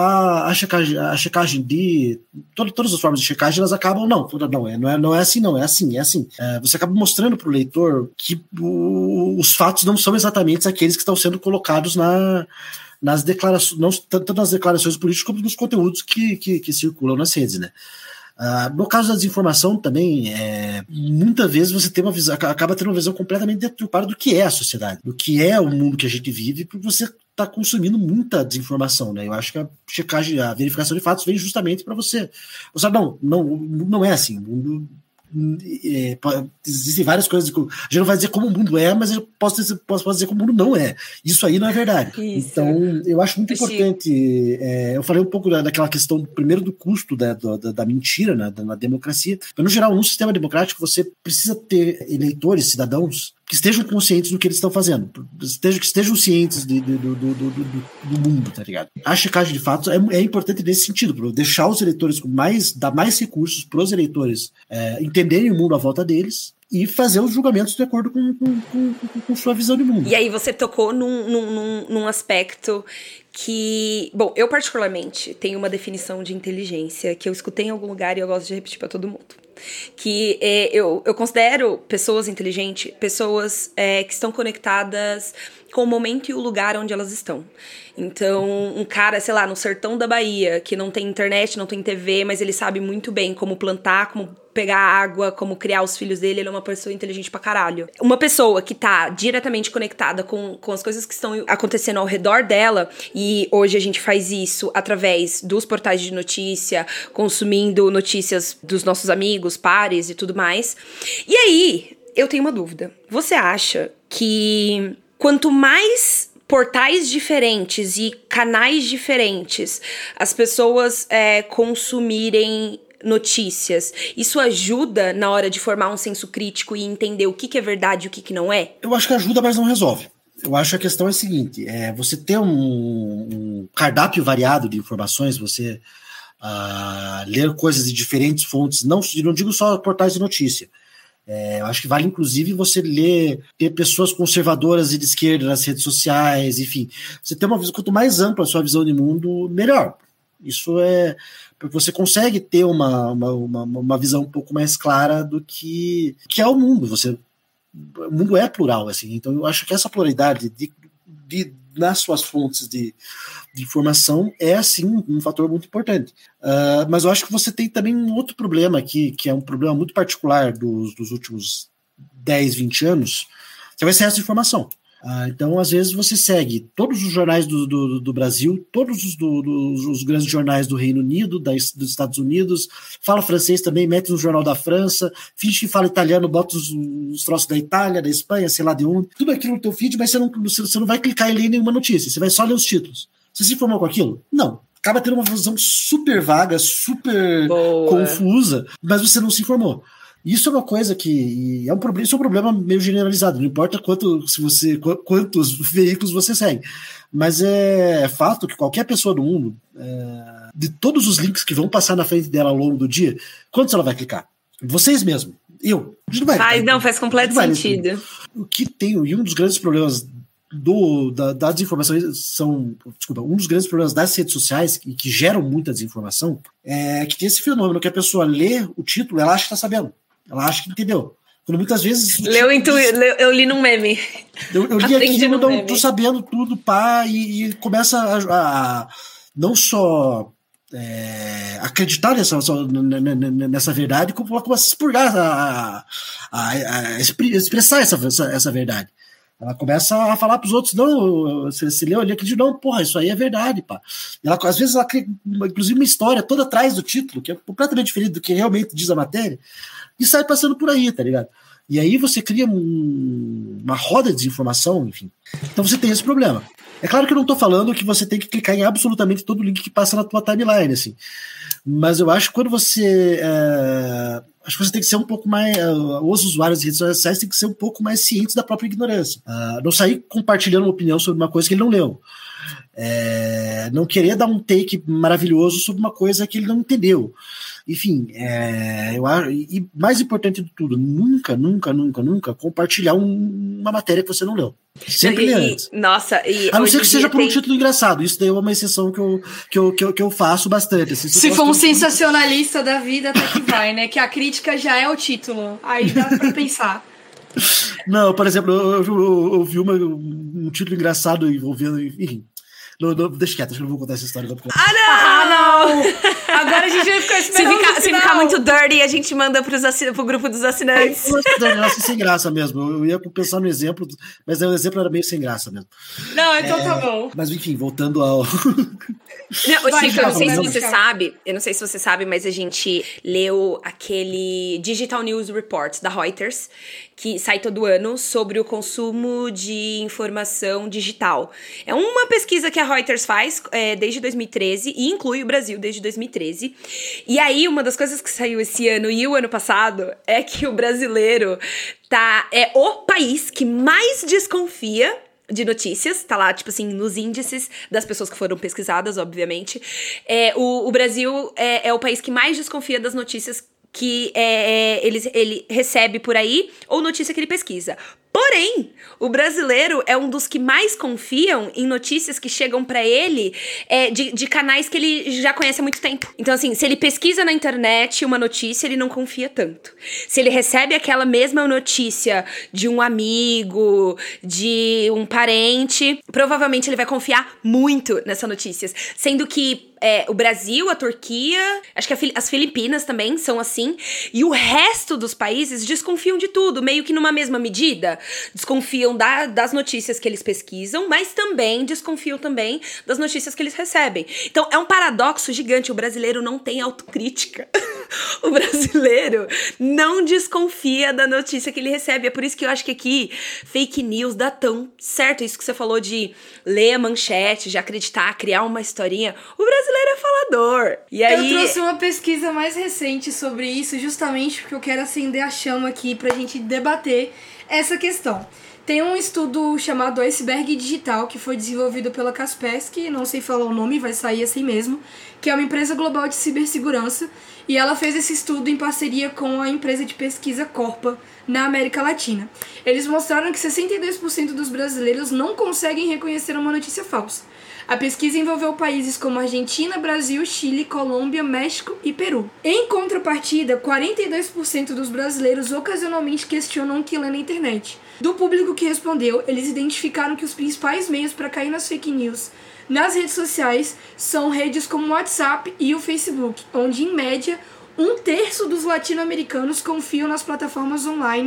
a checagem de... Todas as formas de checagem, elas acabam... Não é assim, não. É assim. Você acaba mostrando para o leitor que os fatos não são exatamente aqueles que estão sendo colocados nas declarações... Tanto nas declarações políticas como nos conteúdos que circulam nas redes, né? No caso da desinformação também, muitas vezes você tem acaba tendo uma visão completamente deturpada do que é a sociedade, do que é o mundo que a gente vive, porque você está consumindo muita desinformação, né? Eu acho que a checagem, a verificação de fatos vem justamente para você. Não é assim. O mundo, existem várias coisas. A gente não vai dizer como o mundo é, mas eu posso dizer como o mundo não é. Isso aí não é verdade. Isso. Então, eu acho muito importante. Eu falei um pouco daquela questão, primeiro, do custo da mentira, né, na democracia. Mas, no geral, num sistema democrático, você precisa ter eleitores, cidadãos, que estejam conscientes do que eles estão fazendo, que estejam cientes do mundo, tá ligado? A checagem de fatos é importante nesse sentido, para deixar os eleitores dar mais recursos para os eleitores entenderem o mundo à volta deles e fazer os julgamentos de acordo com sua visão de mundo. E aí você tocou num aspecto que... Bom, eu particularmente tenho uma definição de inteligência que eu escutei em algum lugar e eu gosto de repetir para todo mundo. Que eu considero pessoas inteligentes, pessoas que estão conectadas com o momento e o lugar onde elas estão. Então, um cara, sei lá, no sertão da Bahia, que não tem internet, não tem TV, mas ele sabe muito bem como plantar, como pegar água, como criar os filhos dele, ele é uma pessoa inteligente pra caralho. Uma pessoa que tá diretamente conectada com as coisas que estão acontecendo ao redor dela, e hoje a gente faz isso através dos portais de notícia, consumindo notícias dos nossos amigos, pares e tudo mais. E aí, eu tenho uma dúvida. Você acha que quanto mais portais diferentes e canais diferentes as pessoas consumirem notícias, isso ajuda na hora de formar um senso crítico e entender o que é verdade e o que não é? Eu acho que ajuda, mas não resolve. Eu acho que a questão é a seguinte, você ter um cardápio variado de informações, você ler coisas de diferentes fontes, não digo só portais de notícia. Eu acho que vale, inclusive, você ter pessoas conservadoras e de esquerda nas redes sociais, enfim. Você tem uma visão, quanto mais ampla a sua visão de mundo, melhor. Isso porque você consegue ter uma visão um pouco mais clara do que é o mundo. O mundo é plural, assim. Então, eu acho que essa pluralidade nas suas fontes de informação é, sim, um fator muito importante. Mas eu acho que você tem também um outro problema aqui, que é um problema muito particular dos últimos 10, 20 anos, que é o excesso de informação. Então, às vezes, você segue todos os jornais do Brasil, todos os grandes jornais do Reino Unido, dos Estados Unidos, fala francês também, mete no jornal da França, finge que fala italiano, bota os troços da Itália, da Espanha, sei lá de onde, tudo aquilo no teu feed, mas você não vai clicar e ler nenhuma notícia, você vai só ler os títulos. Você se informou com aquilo? Não. acaba tendo uma visão super vaga, super confusa, mas você não se informou. Isso é uma coisa que é um problema, isso é um problema meio generalizado, não importa quantos veículos você segue. Mas é fato que qualquer pessoa do mundo, de todos os links que vão passar na frente dela ao longo do dia, quantos ela vai clicar? Vocês mesmo. Eu. Faz completo sentido. O que tem, e um dos grandes problemas da desinformação um dos grandes problemas das redes sociais e que geram muita desinformação é que tem esse fenômeno que a pessoa lê o título, ela acha que tá sabendo. Ela acha que entendeu. Quando muitas vezes... Eu li num meme. Eu li aqui, eu não tô sabendo tudo, pá, e começa a não só acreditar nessa verdade, como ela começa a expurgar, a expressar essa verdade. Ela começa a falar pros outros, não, você leu ali, acredito, não, porra, isso aí é verdade, pá. Às vezes ela cria, inclusive, uma história toda atrás do título, que é completamente diferente do que realmente diz a matéria, e sai passando por aí, tá ligado? E aí você cria uma roda de desinformação, enfim. Então você tem esse problema. É claro que eu não tô falando que você tem que clicar em absolutamente todo link que passa na tua timeline, assim. Mas eu acho que quando você... acho que você tem que ser um pouco mais... os usuários de redes sociais têm que ser um pouco mais cientes da própria ignorância. Não sair compartilhando uma opinião sobre uma coisa que ele não leu. Não querer dar um take maravilhoso sobre uma coisa que ele não entendeu. Enfim, eu acho, e mais importante de tudo, nunca compartilhar uma matéria que você não leu. Sempre antes. A não ser que seja por um título engraçado. Isso daí é uma exceção que eu faço bastante. Assim, se for um sensacionalista da vida, até que vai, né? Que a crítica já é o título. Aí dá pra pensar. Não, por exemplo, eu vi um título engraçado envolvendo, enfim. Deixa quieto, acho que eu não vou contar essa história. Não! Agora a gente vai ficar esperando. Se ficar muito dirty, a gente manda pro grupo dos assinantes. Sem graça mesmo. Eu ia pensar no exemplo, mas o exemplo era meio sem graça mesmo. Não, então tá bom. Mas enfim, voltando ao... Chico, eu não sei se você sabe, mas a gente leu aquele Digital News Report da Reuters, que sai todo ano sobre o consumo de informação digital. É uma pesquisa que a Reuters faz desde 2013 e inclui o Brasil desde 2013. E aí, uma das coisas que saiu esse ano e o ano passado é que o brasileiro é o país que mais desconfia de notícias, tá lá, tipo assim, nos índices das pessoas que foram pesquisadas, obviamente. O Brasil é o país que mais desconfia das notícias que ele recebe por aí, ou notícia que ele pesquisa. Porém, o brasileiro é um dos que mais confiam em notícias que chegam pra ele de canais que ele já conhece há muito tempo. Então, assim, se ele pesquisa na internet uma notícia, ele não confia tanto. Se ele recebe aquela mesma notícia de um amigo, de um parente, provavelmente ele vai confiar muito nessas notícias. Sendo que o Brasil, a Turquia, acho que as Filipinas também são assim, e o resto dos países desconfiam de tudo, meio que numa mesma medida. Desconfiam das notícias que eles pesquisam, mas também desconfiam também das notícias que eles recebem. Então, é um paradoxo gigante. O brasileiro não tem autocrítica. O brasileiro não desconfia da notícia que ele recebe. É por isso que eu acho que aqui fake news dá tão certo. Isso que você falou de ler a manchete, de acreditar, criar uma historinha. O brasileiro é falador. E aí... Eu trouxe uma pesquisa mais recente sobre isso, justamente porque eu quero acender a chama aqui pra gente debater essa questão. Tem um estudo chamado Iceberg Digital, que foi desenvolvido pela Kaspersky, não sei falar o nome, vai sair assim mesmo, que é uma empresa global de cibersegurança, e ela fez esse estudo em parceria com a empresa de pesquisa Corpa, na América Latina. Eles mostraram que 62% dos brasileiros não conseguem reconhecer uma notícia falsa. A pesquisa envolveu países como Argentina, Brasil, Chile, Colômbia, México e Peru. Em contrapartida, 42% dos brasileiros ocasionalmente questionam o que lê na internet. Do público que respondeu, eles identificaram que os principais meios para cair nas fake news nas redes sociais são redes como o WhatsApp e o Facebook, onde, em média, 1/3 dos latino-americanos confiam nas plataformas online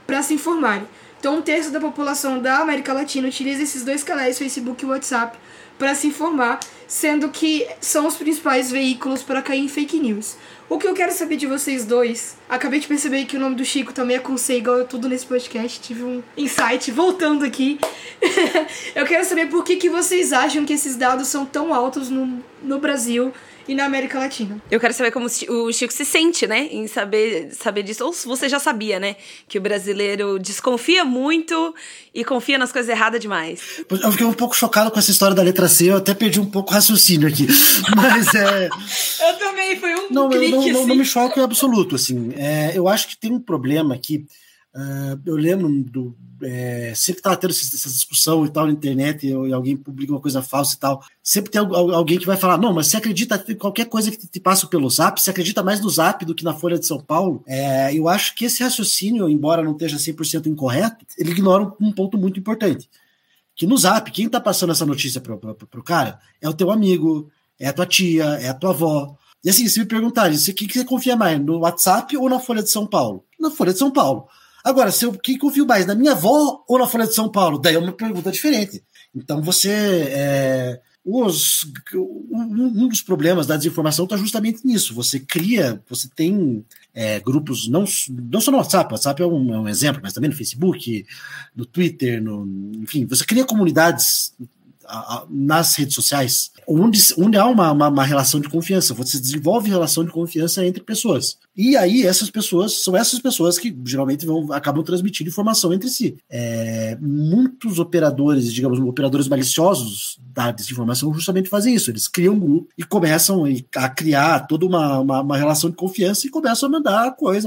para se informarem. Então, 1/3 da população da América Latina utiliza esses 2 canais, Facebook e WhatsApp, para se informar, sendo que são os principais veículos para cair em fake news. O que eu quero saber de vocês dois, acabei de perceber que o nome do Chico também é com C, igual eu tudo nesse podcast, tive um insight, voltando aqui. Eu quero saber por que vocês acham que esses dados são tão altos no Brasil e na América Latina. Eu quero saber como o Chico se sente, né, em saber disso. Ou se você já sabia, né, que o brasileiro desconfia muito e confia nas coisas erradas demais. Eu fiquei um pouco chocado com essa história da letra C, eu até perdi um pouco o raciocínio aqui. Mas Eu também, foi um não, clique, assim. Não me choca em absoluto, assim. Eu acho que tem um problema aqui. Eu lembro sempre que estava tendo essa discussão e tal na internet, e alguém publica uma coisa falsa e tal, sempre tem alguém que vai falar, não, mas você acredita em qualquer coisa que te passa pelo Zap, você acredita mais no Zap do que na Folha de São Paulo? Eu acho que esse raciocínio, embora não esteja 100% incorreto, ele ignora um ponto muito importante, que no Zap, quem está passando essa notícia pro cara é o teu amigo, é a tua tia, é a tua avó. E assim, se me perguntarem, o que você confia mais, no WhatsApp ou na Folha de São Paulo? Na Folha de São Paulo. Agora, quem confio mais, na minha avó ou na Folha de São Paulo? Daí é uma pergunta diferente. Então um dos problemas da desinformação está justamente nisso. Você tem grupos, não só no WhatsApp, o WhatsApp é um exemplo, mas também no Facebook, no Twitter, enfim, você cria comunidades nas redes sociais onde há uma relação de confiança, você desenvolve relação de confiança entre pessoas. E aí são essas pessoas que geralmente acabam transmitindo informação entre si. Muitos operadores, digamos, operadores maliciosos da desinformação justamente fazem isso. Eles criam um grupo e começam a criar toda uma relação de confiança e começam a mandar coisa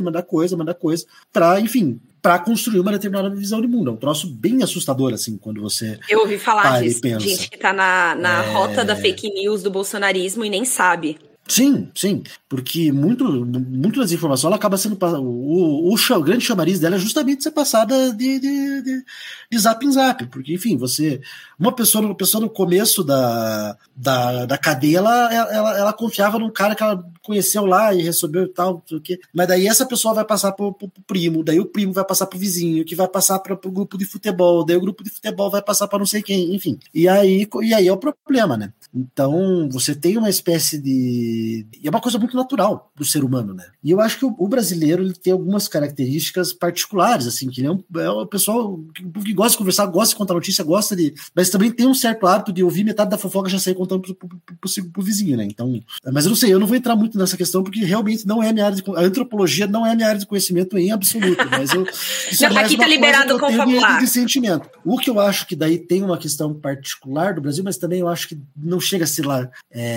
para construir uma determinada visão de mundo. É um troço bem assustador, assim, quando você... Eu ouvi falar disso, gente que tá na rota da fake news do bolsonarismo e nem sabe. Sim, porque muito da desinformação ela acaba sendo o grande chamariz dela é justamente ser passada de zap em zap, porque enfim, uma pessoa no começo da cadeia ela confiava num cara que ela conheceu lá e recebeu e tal, não sei o quê. Mas daí essa pessoa vai passar pro primo, daí o primo vai passar pro vizinho, que vai passar pro grupo de futebol, daí o grupo de futebol vai passar para não sei quem, enfim. E aí é o problema, né? Então você tem uma espécie de... E é uma coisa muito natural do ser humano, né? E eu acho que o brasileiro ele tem algumas características particulares, assim, que ele é um pessoal que gosta de conversar, gosta de contar notícia, mas também tem um certo hábito de ouvir metade da fofoca já sair contando pro vizinho, né? Então, mas eu não sei, eu não vou entrar muito nessa questão, porque realmente não é a minha área a antropologia não é a minha área de conhecimento em absoluto, mas aqui tá liberado com fabular. De sentimento. O que eu acho que daí tem uma questão particular do Brasil, mas também eu acho que não chega a ser lá.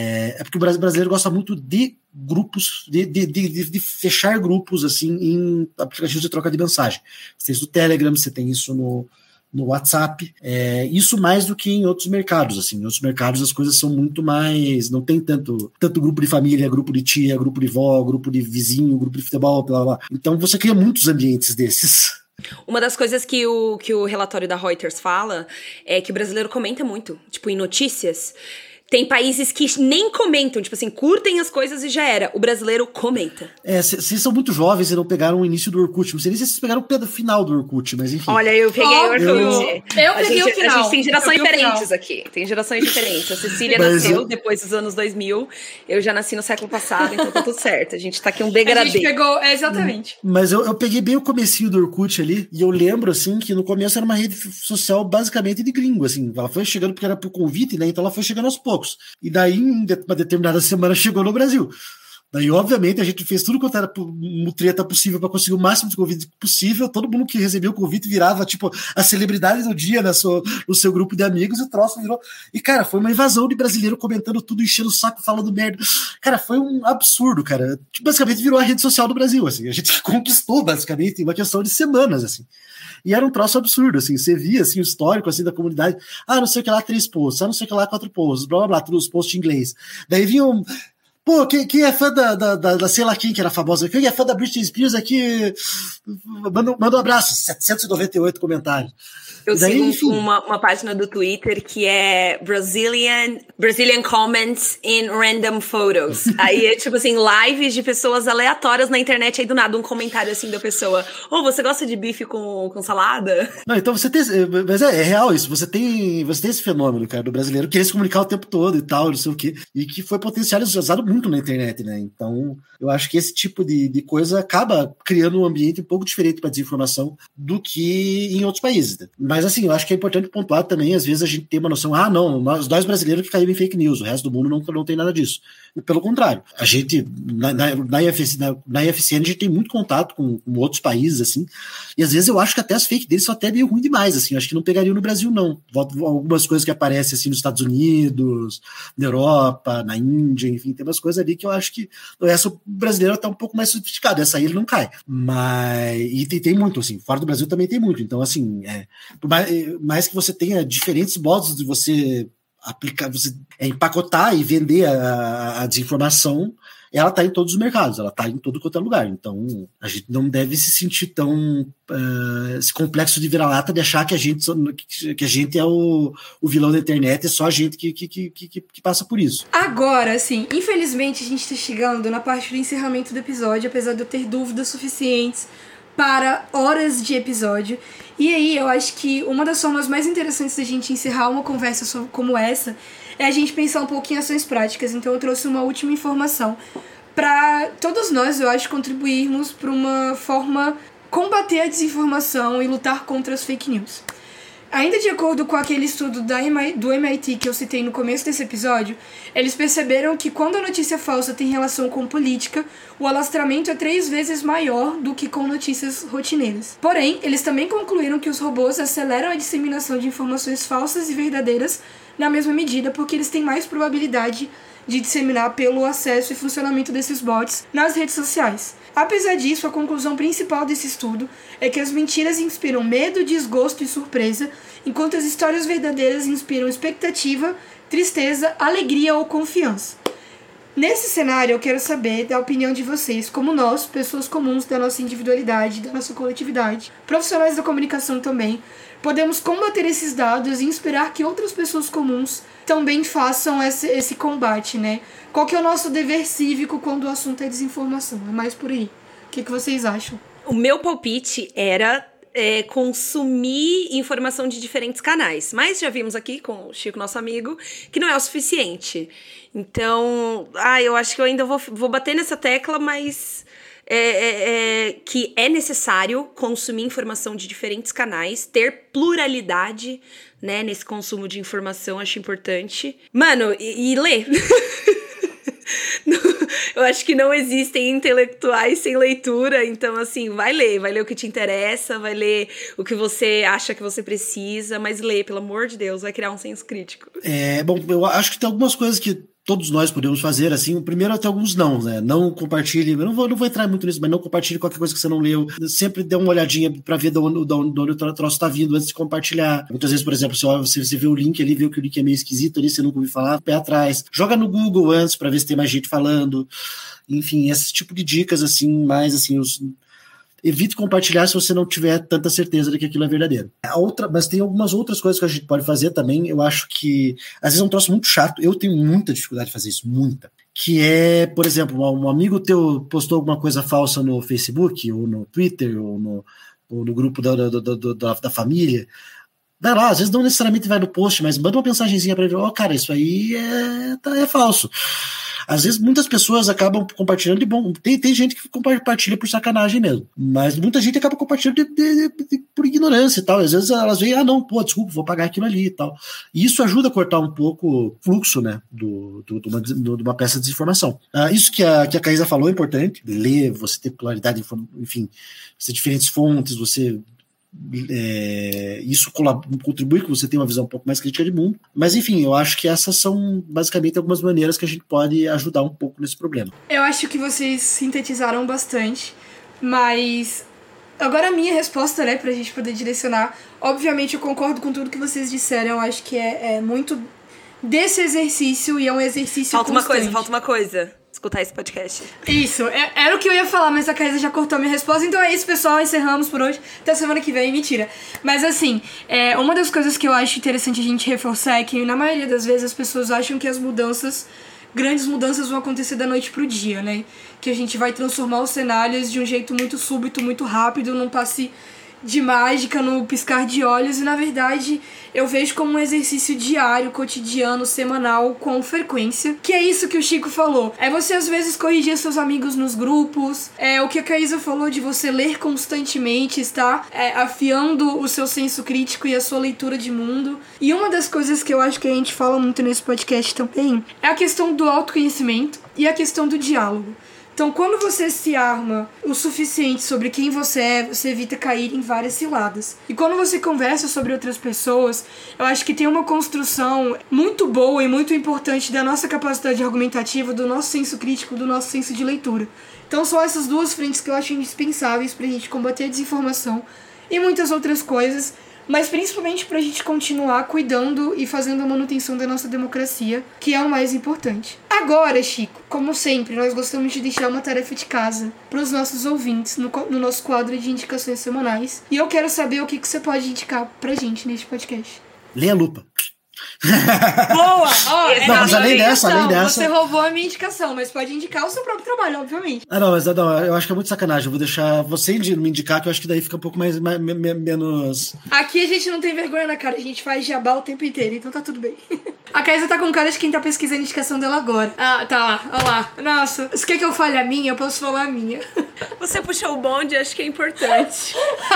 É porque o brasileiro gosta muito de grupos, de fechar grupos assim em aplicativos de troca de mensagem. Você tem isso no Telegram, você tem isso no WhatsApp, isso mais do que em outros mercados, assim. Em outros mercados as coisas são muito mais, não tem tanto grupo de família, grupo de tia, grupo de vó, grupo de vizinho, grupo de futebol, blá, blá. Então você cria muitos ambientes desses. Uma das coisas que o relatório da Reuters fala é que o brasileiro comenta muito, tipo, em notícias. Tem países que nem comentam, tipo assim, curtem as coisas e já era. O brasileiro comenta. Vocês são muito jovens e não pegaram o início do Orkut. Não sei nem se vocês pegaram o final do Orkut, mas enfim. Olha, eu peguei o Orkut. Eu peguei o final. A gente tem gerações diferentes aqui. Tem gerações diferentes. A Cecília nasceu depois dos anos 2000. Eu já nasci no século passado, então tá tudo certo. A gente tá aqui um degradê. A gente pegou, exatamente. Mas eu peguei bem o comecinho do Orkut ali, e eu lembro, assim, que no começo era uma rede social basicamente de gringo, assim. Ela foi chegando porque era por convite, né? Então ela foi chegando aos poucos. E daí, em uma determinada semana, chegou no Brasil. Daí, obviamente, a gente fez tudo quanto era mutreta possível para conseguir o máximo de convite possível. Todo mundo que recebeu o convite virava, tipo, a celebridade do dia no seu grupo de amigos, e o troço virou... E, cara, foi uma invasão de brasileiro comentando tudo, enchendo o saco, falando merda. Cara, foi um absurdo, cara. Basicamente, virou a rede social do Brasil, assim. A gente conquistou, basicamente, em uma questão de semanas, assim. E era um troço absurdo, assim, você via, assim, o histórico, assim, da comunidade, não sei o que lá, 3 posts, não sei o que lá, 4 posts, blá, blá, blá, os posts em inglês. Daí vinham Pô, quem é fã da sei lá quem que era famosa, quem é fã da Britney Spears aqui, manda um abraço, 798 comentários. Eu Daí, sigo uma página do Twitter que é Brazilian Comments in Random Photos. Aí é tipo assim, lives de pessoas aleatórias na internet, aí do nada um comentário assim da pessoa: você gosta de bife com salada? Não, então você tem, mas é real isso, você tem esse fenômeno, cara, do brasileiro querer se comunicar o tempo todo e tal, não sei o quê, e que foi potencializado muito na internet, né? Então, eu acho que esse tipo de coisa acaba criando um ambiente um pouco diferente para desinformação do que em outros países, né? Mas assim, eu acho que é importante pontuar também, às vezes a gente tem uma noção, não, nós brasileiros que caímos em fake news, o resto do mundo não tem nada disso. Pelo contrário, a gente, na IFCN, a gente tem muito contato com outros países, assim, e às vezes eu acho que até as fake deles são até meio ruim demais, assim, eu acho que não pegariam no Brasil, não. Algumas coisas que aparecem, assim, nos Estados Unidos, na Europa, na Índia, enfim, tem umas coisas ali que eu acho que essa brasileira tá um pouco mais sofisticada, essa aí ele não cai. Mas, e tem muito, assim, fora do Brasil também tem muito, então, assim, por mais que você tenha diferentes modos de você aplicar, você empacotar e vender a desinformação, ela está em todos os mercados, ela está em todo quanto é lugar. Então, a gente não deve se sentir tão esse complexo de vira-lata de achar que a gente é o vilão da internet, é só a gente que passa por isso. Agora, assim, infelizmente a gente está chegando na parte do encerramento do episódio, apesar de eu ter dúvidas suficientes para horas de episódio. E aí, eu acho que uma das formas mais interessantes da gente encerrar uma conversa como essa é a gente pensar um pouco em ações práticas. Então eu trouxe uma última informação para todos nós, eu acho, contribuirmos para uma forma combater a desinformação e lutar contra as fake news. Ainda de acordo com aquele estudo do MIT que eu citei no começo desse episódio, eles perceberam que quando a notícia falsa tem relação com política, o alastramento é 3 vezes maior do que com notícias rotineiras. Porém, eles também concluíram que os robôs aceleram a disseminação de informações falsas e verdadeiras na mesma medida, porque eles têm mais probabilidade de disseminar pelo acesso e funcionamento desses bots nas redes sociais. Apesar disso, a conclusão principal desse estudo é que as mentiras inspiram medo, desgosto e surpresa, enquanto as histórias verdadeiras inspiram expectativa, tristeza, alegria ou confiança. Nesse cenário, eu quero saber da opinião de vocês, como nós, pessoas comuns da nossa individualidade, da nossa coletividade, profissionais da comunicação também, podemos combater esses dados e inspirar que outras pessoas comuns também façam esse combate, né? Qual que é o nosso dever cívico quando o assunto é desinformação? É mais por aí. O que vocês acham? O meu palpite era consumir informação de diferentes canais. Mas já vimos aqui com o Chico, nosso amigo, que não é o suficiente. Então, eu acho que eu ainda vou bater nessa tecla, mas que é necessário consumir informação de diferentes canais, ter pluralidade, né, nesse consumo de informação, acho importante. Mano, e ler. Eu acho que não existem intelectuais sem leitura, então, assim, vai ler o que te interessa, vai ler o que você acha que você precisa, mas lê, pelo amor de Deus, vai criar um senso crítico. Bom, eu acho que tem algumas coisas que todos nós podemos fazer, assim, o primeiro até alguns não, né? Não compartilhe, eu não vou entrar muito nisso, mas não compartilhe qualquer coisa que você não leu. Sempre dê uma olhadinha pra ver de onde o troço tá vindo antes de compartilhar. Muitas vezes, por exemplo, você vê o link ali, vê que o link é meio esquisito ali, você nunca ouviu falar, pé atrás. Joga no Google antes pra ver se tem mais gente falando. Enfim, esse tipo de dicas, assim, mais assim, evite compartilhar se você não tiver tanta certeza de que aquilo é verdadeiro. Mas tem algumas outras coisas que a gente pode fazer também. Eu acho que, às vezes é um troço muito chato. Eu tenho muita dificuldade de fazer isso, muita. Que é, por exemplo, um amigo teu postou alguma coisa falsa no Facebook, ou no Twitter, ou no grupo da família. Vai lá, às vezes não necessariamente vai no post, mas manda uma mensagenzinha pra ele. Cara, isso aí é falso. Às vezes muitas pessoas acabam compartilhando de bom. Tem gente que compartilha por sacanagem mesmo. Mas muita gente acaba compartilhando por ignorância e tal. Às vezes elas veem, desculpa, vou pagar aquilo ali e tal. E isso ajuda a cortar um pouco o fluxo, né, de uma peça de desinformação. Isso que a Caísa falou é importante. Ler, você ter pluralidade, enfim, você ter diferentes fontes, você... isso contribui que você tenha uma visão um pouco mais crítica de mundo, mas enfim, eu acho que essas são basicamente algumas maneiras que a gente pode ajudar um pouco nesse problema. Eu acho que vocês sintetizaram bastante, mas agora a minha resposta, né, pra gente poder direcionar, obviamente eu concordo com tudo que vocês disseram, eu acho que é muito desse exercício e é um exercício constante. Falta uma coisa. escutar esse podcast. Isso, era o que eu ia falar, mas a Caísa já cortou a minha resposta. Então é isso, pessoal, encerramos por hoje. Até semana que vem, mentira. Mas assim, uma das coisas que eu acho interessante a gente reforçar é que na maioria das vezes as pessoas acham que grandes mudanças vão acontecer da noite pro dia, né? Que a gente vai transformar os cenários de um jeito muito súbito, muito rápido, num passe de mágica, no piscar de olhos. E na verdade eu vejo como um exercício diário, cotidiano, semanal, com frequência. Que é isso que o Chico falou. É você às vezes corrigir seus amigos nos grupos. É o que a Caísa falou de você ler constantemente, estar afiando o seu senso crítico e a sua leitura de mundo. E uma das coisas que eu acho que a gente fala muito nesse podcast também é a questão do autoconhecimento e a questão do diálogo. Então, quando você se arma o suficiente sobre quem você é, você evita cair em várias ciladas. E quando você conversa sobre outras pessoas, eu acho que tem uma construção muito boa e muito importante da nossa capacidade argumentativa, do nosso senso crítico, do nosso senso de leitura. Então, são essas duas frentes que eu acho indispensáveis pra gente combater a desinformação e muitas outras coisas, mas principalmente pra gente continuar cuidando e fazendo a manutenção da nossa democracia, que é o mais importante. Agora, Chico, como sempre, nós gostamos de deixar uma tarefa de casa pros nossos ouvintes no nosso quadro de indicações semanais. E eu quero saber o que você pode indicar pra gente neste podcast. Lê a Lupa. Boa! Não, mas além dessa... Você roubou a minha indicação, mas pode indicar o seu próprio trabalho, obviamente. Não, eu acho que é muito sacanagem. Eu vou deixar você me indicar, que eu acho que daí fica um pouco menos... Aqui a gente não tem vergonha na cara, a gente faz jabá o tempo inteiro, então tá tudo bem. A Caísa tá com cara de quem tá pesquisando a indicação dela agora. Ah, tá lá, olha lá. Nossa, se quer que eu fale a minha, eu posso falar a minha. Você puxou o bonde, acho que é importante.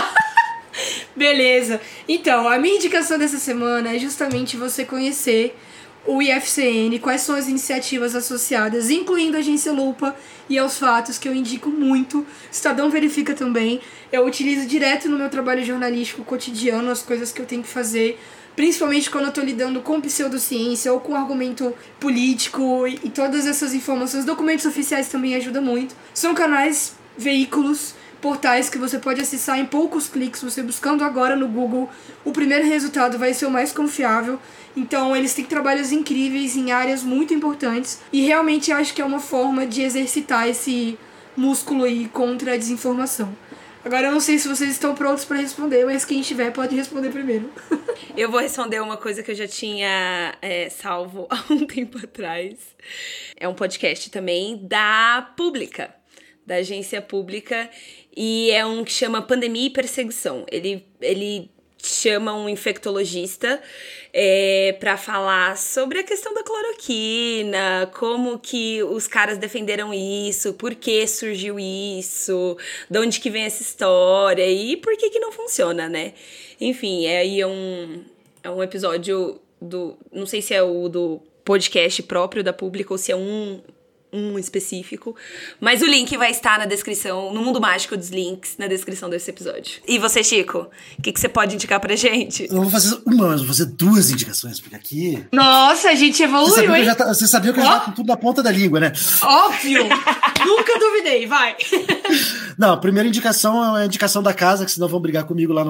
Beleza. Então, a minha indicação dessa semana é justamente você conhecer o IFCN, quais são as iniciativas associadas, incluindo a Agência Lupa e Aos Fatos, que eu indico muito. Estadão Verifica também. Eu utilizo direto no meu trabalho jornalístico cotidiano as coisas que eu tenho que fazer, principalmente quando eu tô lidando com pseudociência ou com argumento político e todas essas informações. Documentos oficiais também ajudam muito. São canais, veículos, portais que você pode acessar em poucos cliques. Você buscando agora no Google, o primeiro resultado vai ser o mais confiável. Então eles têm trabalhos incríveis em áreas muito importantes e realmente acho que é uma forma de exercitar esse músculo aí contra a desinformação. Agora eu não sei se vocês estão prontos para responder, mas quem estiver pode responder primeiro. Eu vou responder uma coisa que eu já tinha salvo há um tempo atrás. É um podcast também da Pública, da agência Pública, e é um que chama Pandemia e Perseguição. Ele chama um infectologista para falar sobre a questão da cloroquina, como que os caras defenderam isso, por que surgiu isso, de onde que vem essa história e por que não funciona, né? Enfim, aí é um episódio do... Não sei se é o do podcast próprio da Pública ou se é um específico, mas o link vai estar na descrição, no mundo mágico dos links, na descrição desse episódio. E você, Chico, o que você pode indicar pra gente? Eu vou fazer duas indicações, porque aqui... Nossa, a gente evoluiu, hein? Você sabia que eu já tá com tudo na ponta da língua, né? Óbvio! Nunca duvidei, vai! Não, a primeira indicação é a indicação da casa, que senão vão brigar comigo lá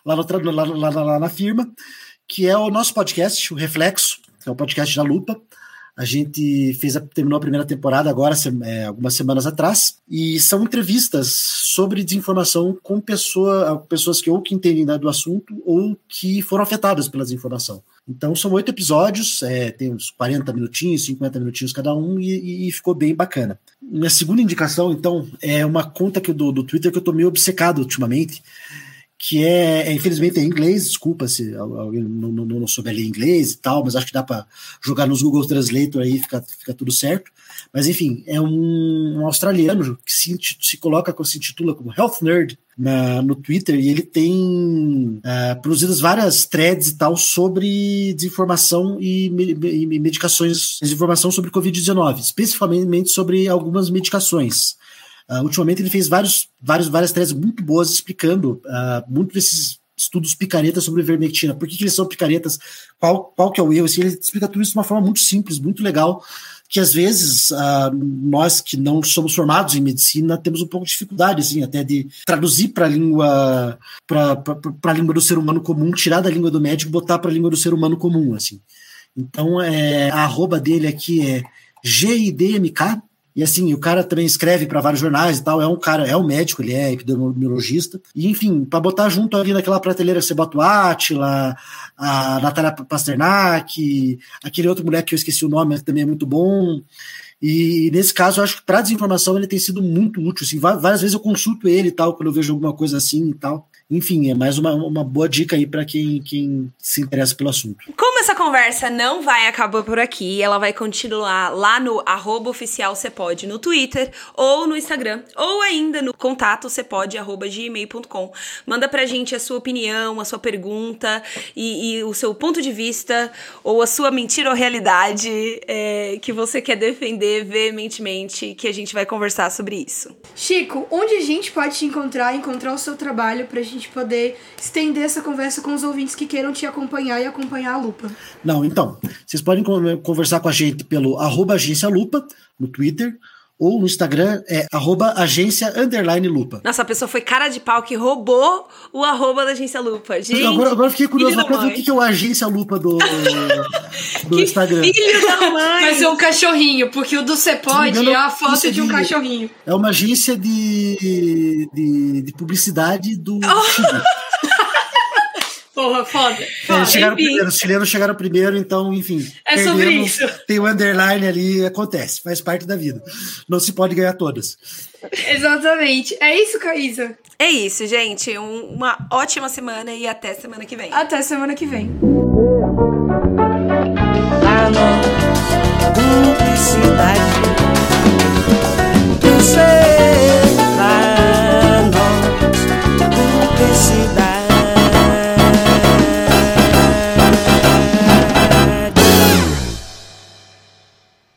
na firma, que é o nosso podcast, o Reflexo, que é o podcast da Lupa. A gente terminou a primeira temporada agora, algumas semanas atrás, e são entrevistas sobre desinformação com pessoas que ou que entendem do assunto ou que foram afetadas pela desinformação. Então são 8 episódios, tem uns 40 minutinhos, 50 minutinhos cada um, e ficou bem bacana. Minha segunda indicação, então, é uma conta do Twitter que eu tô meio obcecado ultimamente, que infelizmente é em inglês, desculpa se alguém não souber ler inglês e tal, mas acho que dá para jogar nos Google Translator aí, fica tudo certo. Mas enfim, é um australiano que se intitula como Health Nerd no Twitter, e ele tem produzido várias threads e tal sobre desinformação e medicações, desinformação sobre Covid-19, especificamente sobre algumas medicações. Ultimamente ele fez várias threads muito boas explicando muito desses estudos picaretas sobre ivermectina, por que eles são picaretas, qual que é o erro, assim, ele explica tudo isso de uma forma muito simples, muito legal, que às vezes nós que não somos formados em medicina temos um pouco de dificuldade, assim, até de traduzir para a língua do ser humano comum, tirar da língua do médico e botar para a língua do ser humano comum, assim. Então a arroba dele aqui é GIDMK, E assim, o cara também escreve para vários jornais e tal, é um médico, ele é epidemiologista. E enfim, para botar junto ali naquela prateleira que você bota o Átila, a Natália Pasternak, aquele outro moleque que eu esqueci o nome, que também é muito bom. E nesse caso, eu acho que para desinformação ele tem sido muito útil. Assim, várias vezes eu consulto ele e tal, quando eu vejo alguma coisa assim e tal. Enfim, é mais uma boa dica aí para quem se interessa pelo assunto. Como essa conversa não vai acabar por aqui, ela vai continuar lá no @oficialcepod no Twitter ou no Instagram, ou ainda no contato cepod@gmail.com. Manda pra gente a sua opinião, a sua pergunta e o seu ponto de vista, ou a sua mentira ou realidade que você quer defender veementemente, que a gente vai conversar sobre isso. Chico, onde a gente pode te encontrar o seu trabalho pra gente poder estender essa conversa com os ouvintes que queiram te acompanhar e acompanhar a Lupa? Não, então, vocês podem conversar com a gente pelo @agência-lupa no Twitter, ou no Instagram é @agência_lupa. Nossa, a pessoa foi cara de pau que roubou o @ da Agência Lupa. Gente, agora eu fiquei curioso, pra ver o que é o Agência Lupa do Instagram. Filho da mãe! Vai ser um cachorrinho, porque o do Cepod é a foto de um cachorrinho. É uma agência de publicidade do Chile. Porra, foda. Chegaram primeiro, os chilenos chegaram primeiro, então, enfim. É sobre isso. Tem o underline ali, acontece, faz parte da vida. Não se pode ganhar todas. Exatamente. É isso, Caísa? É isso, gente. Uma ótima semana e até semana que vem. Até semana que vem. Publicidade.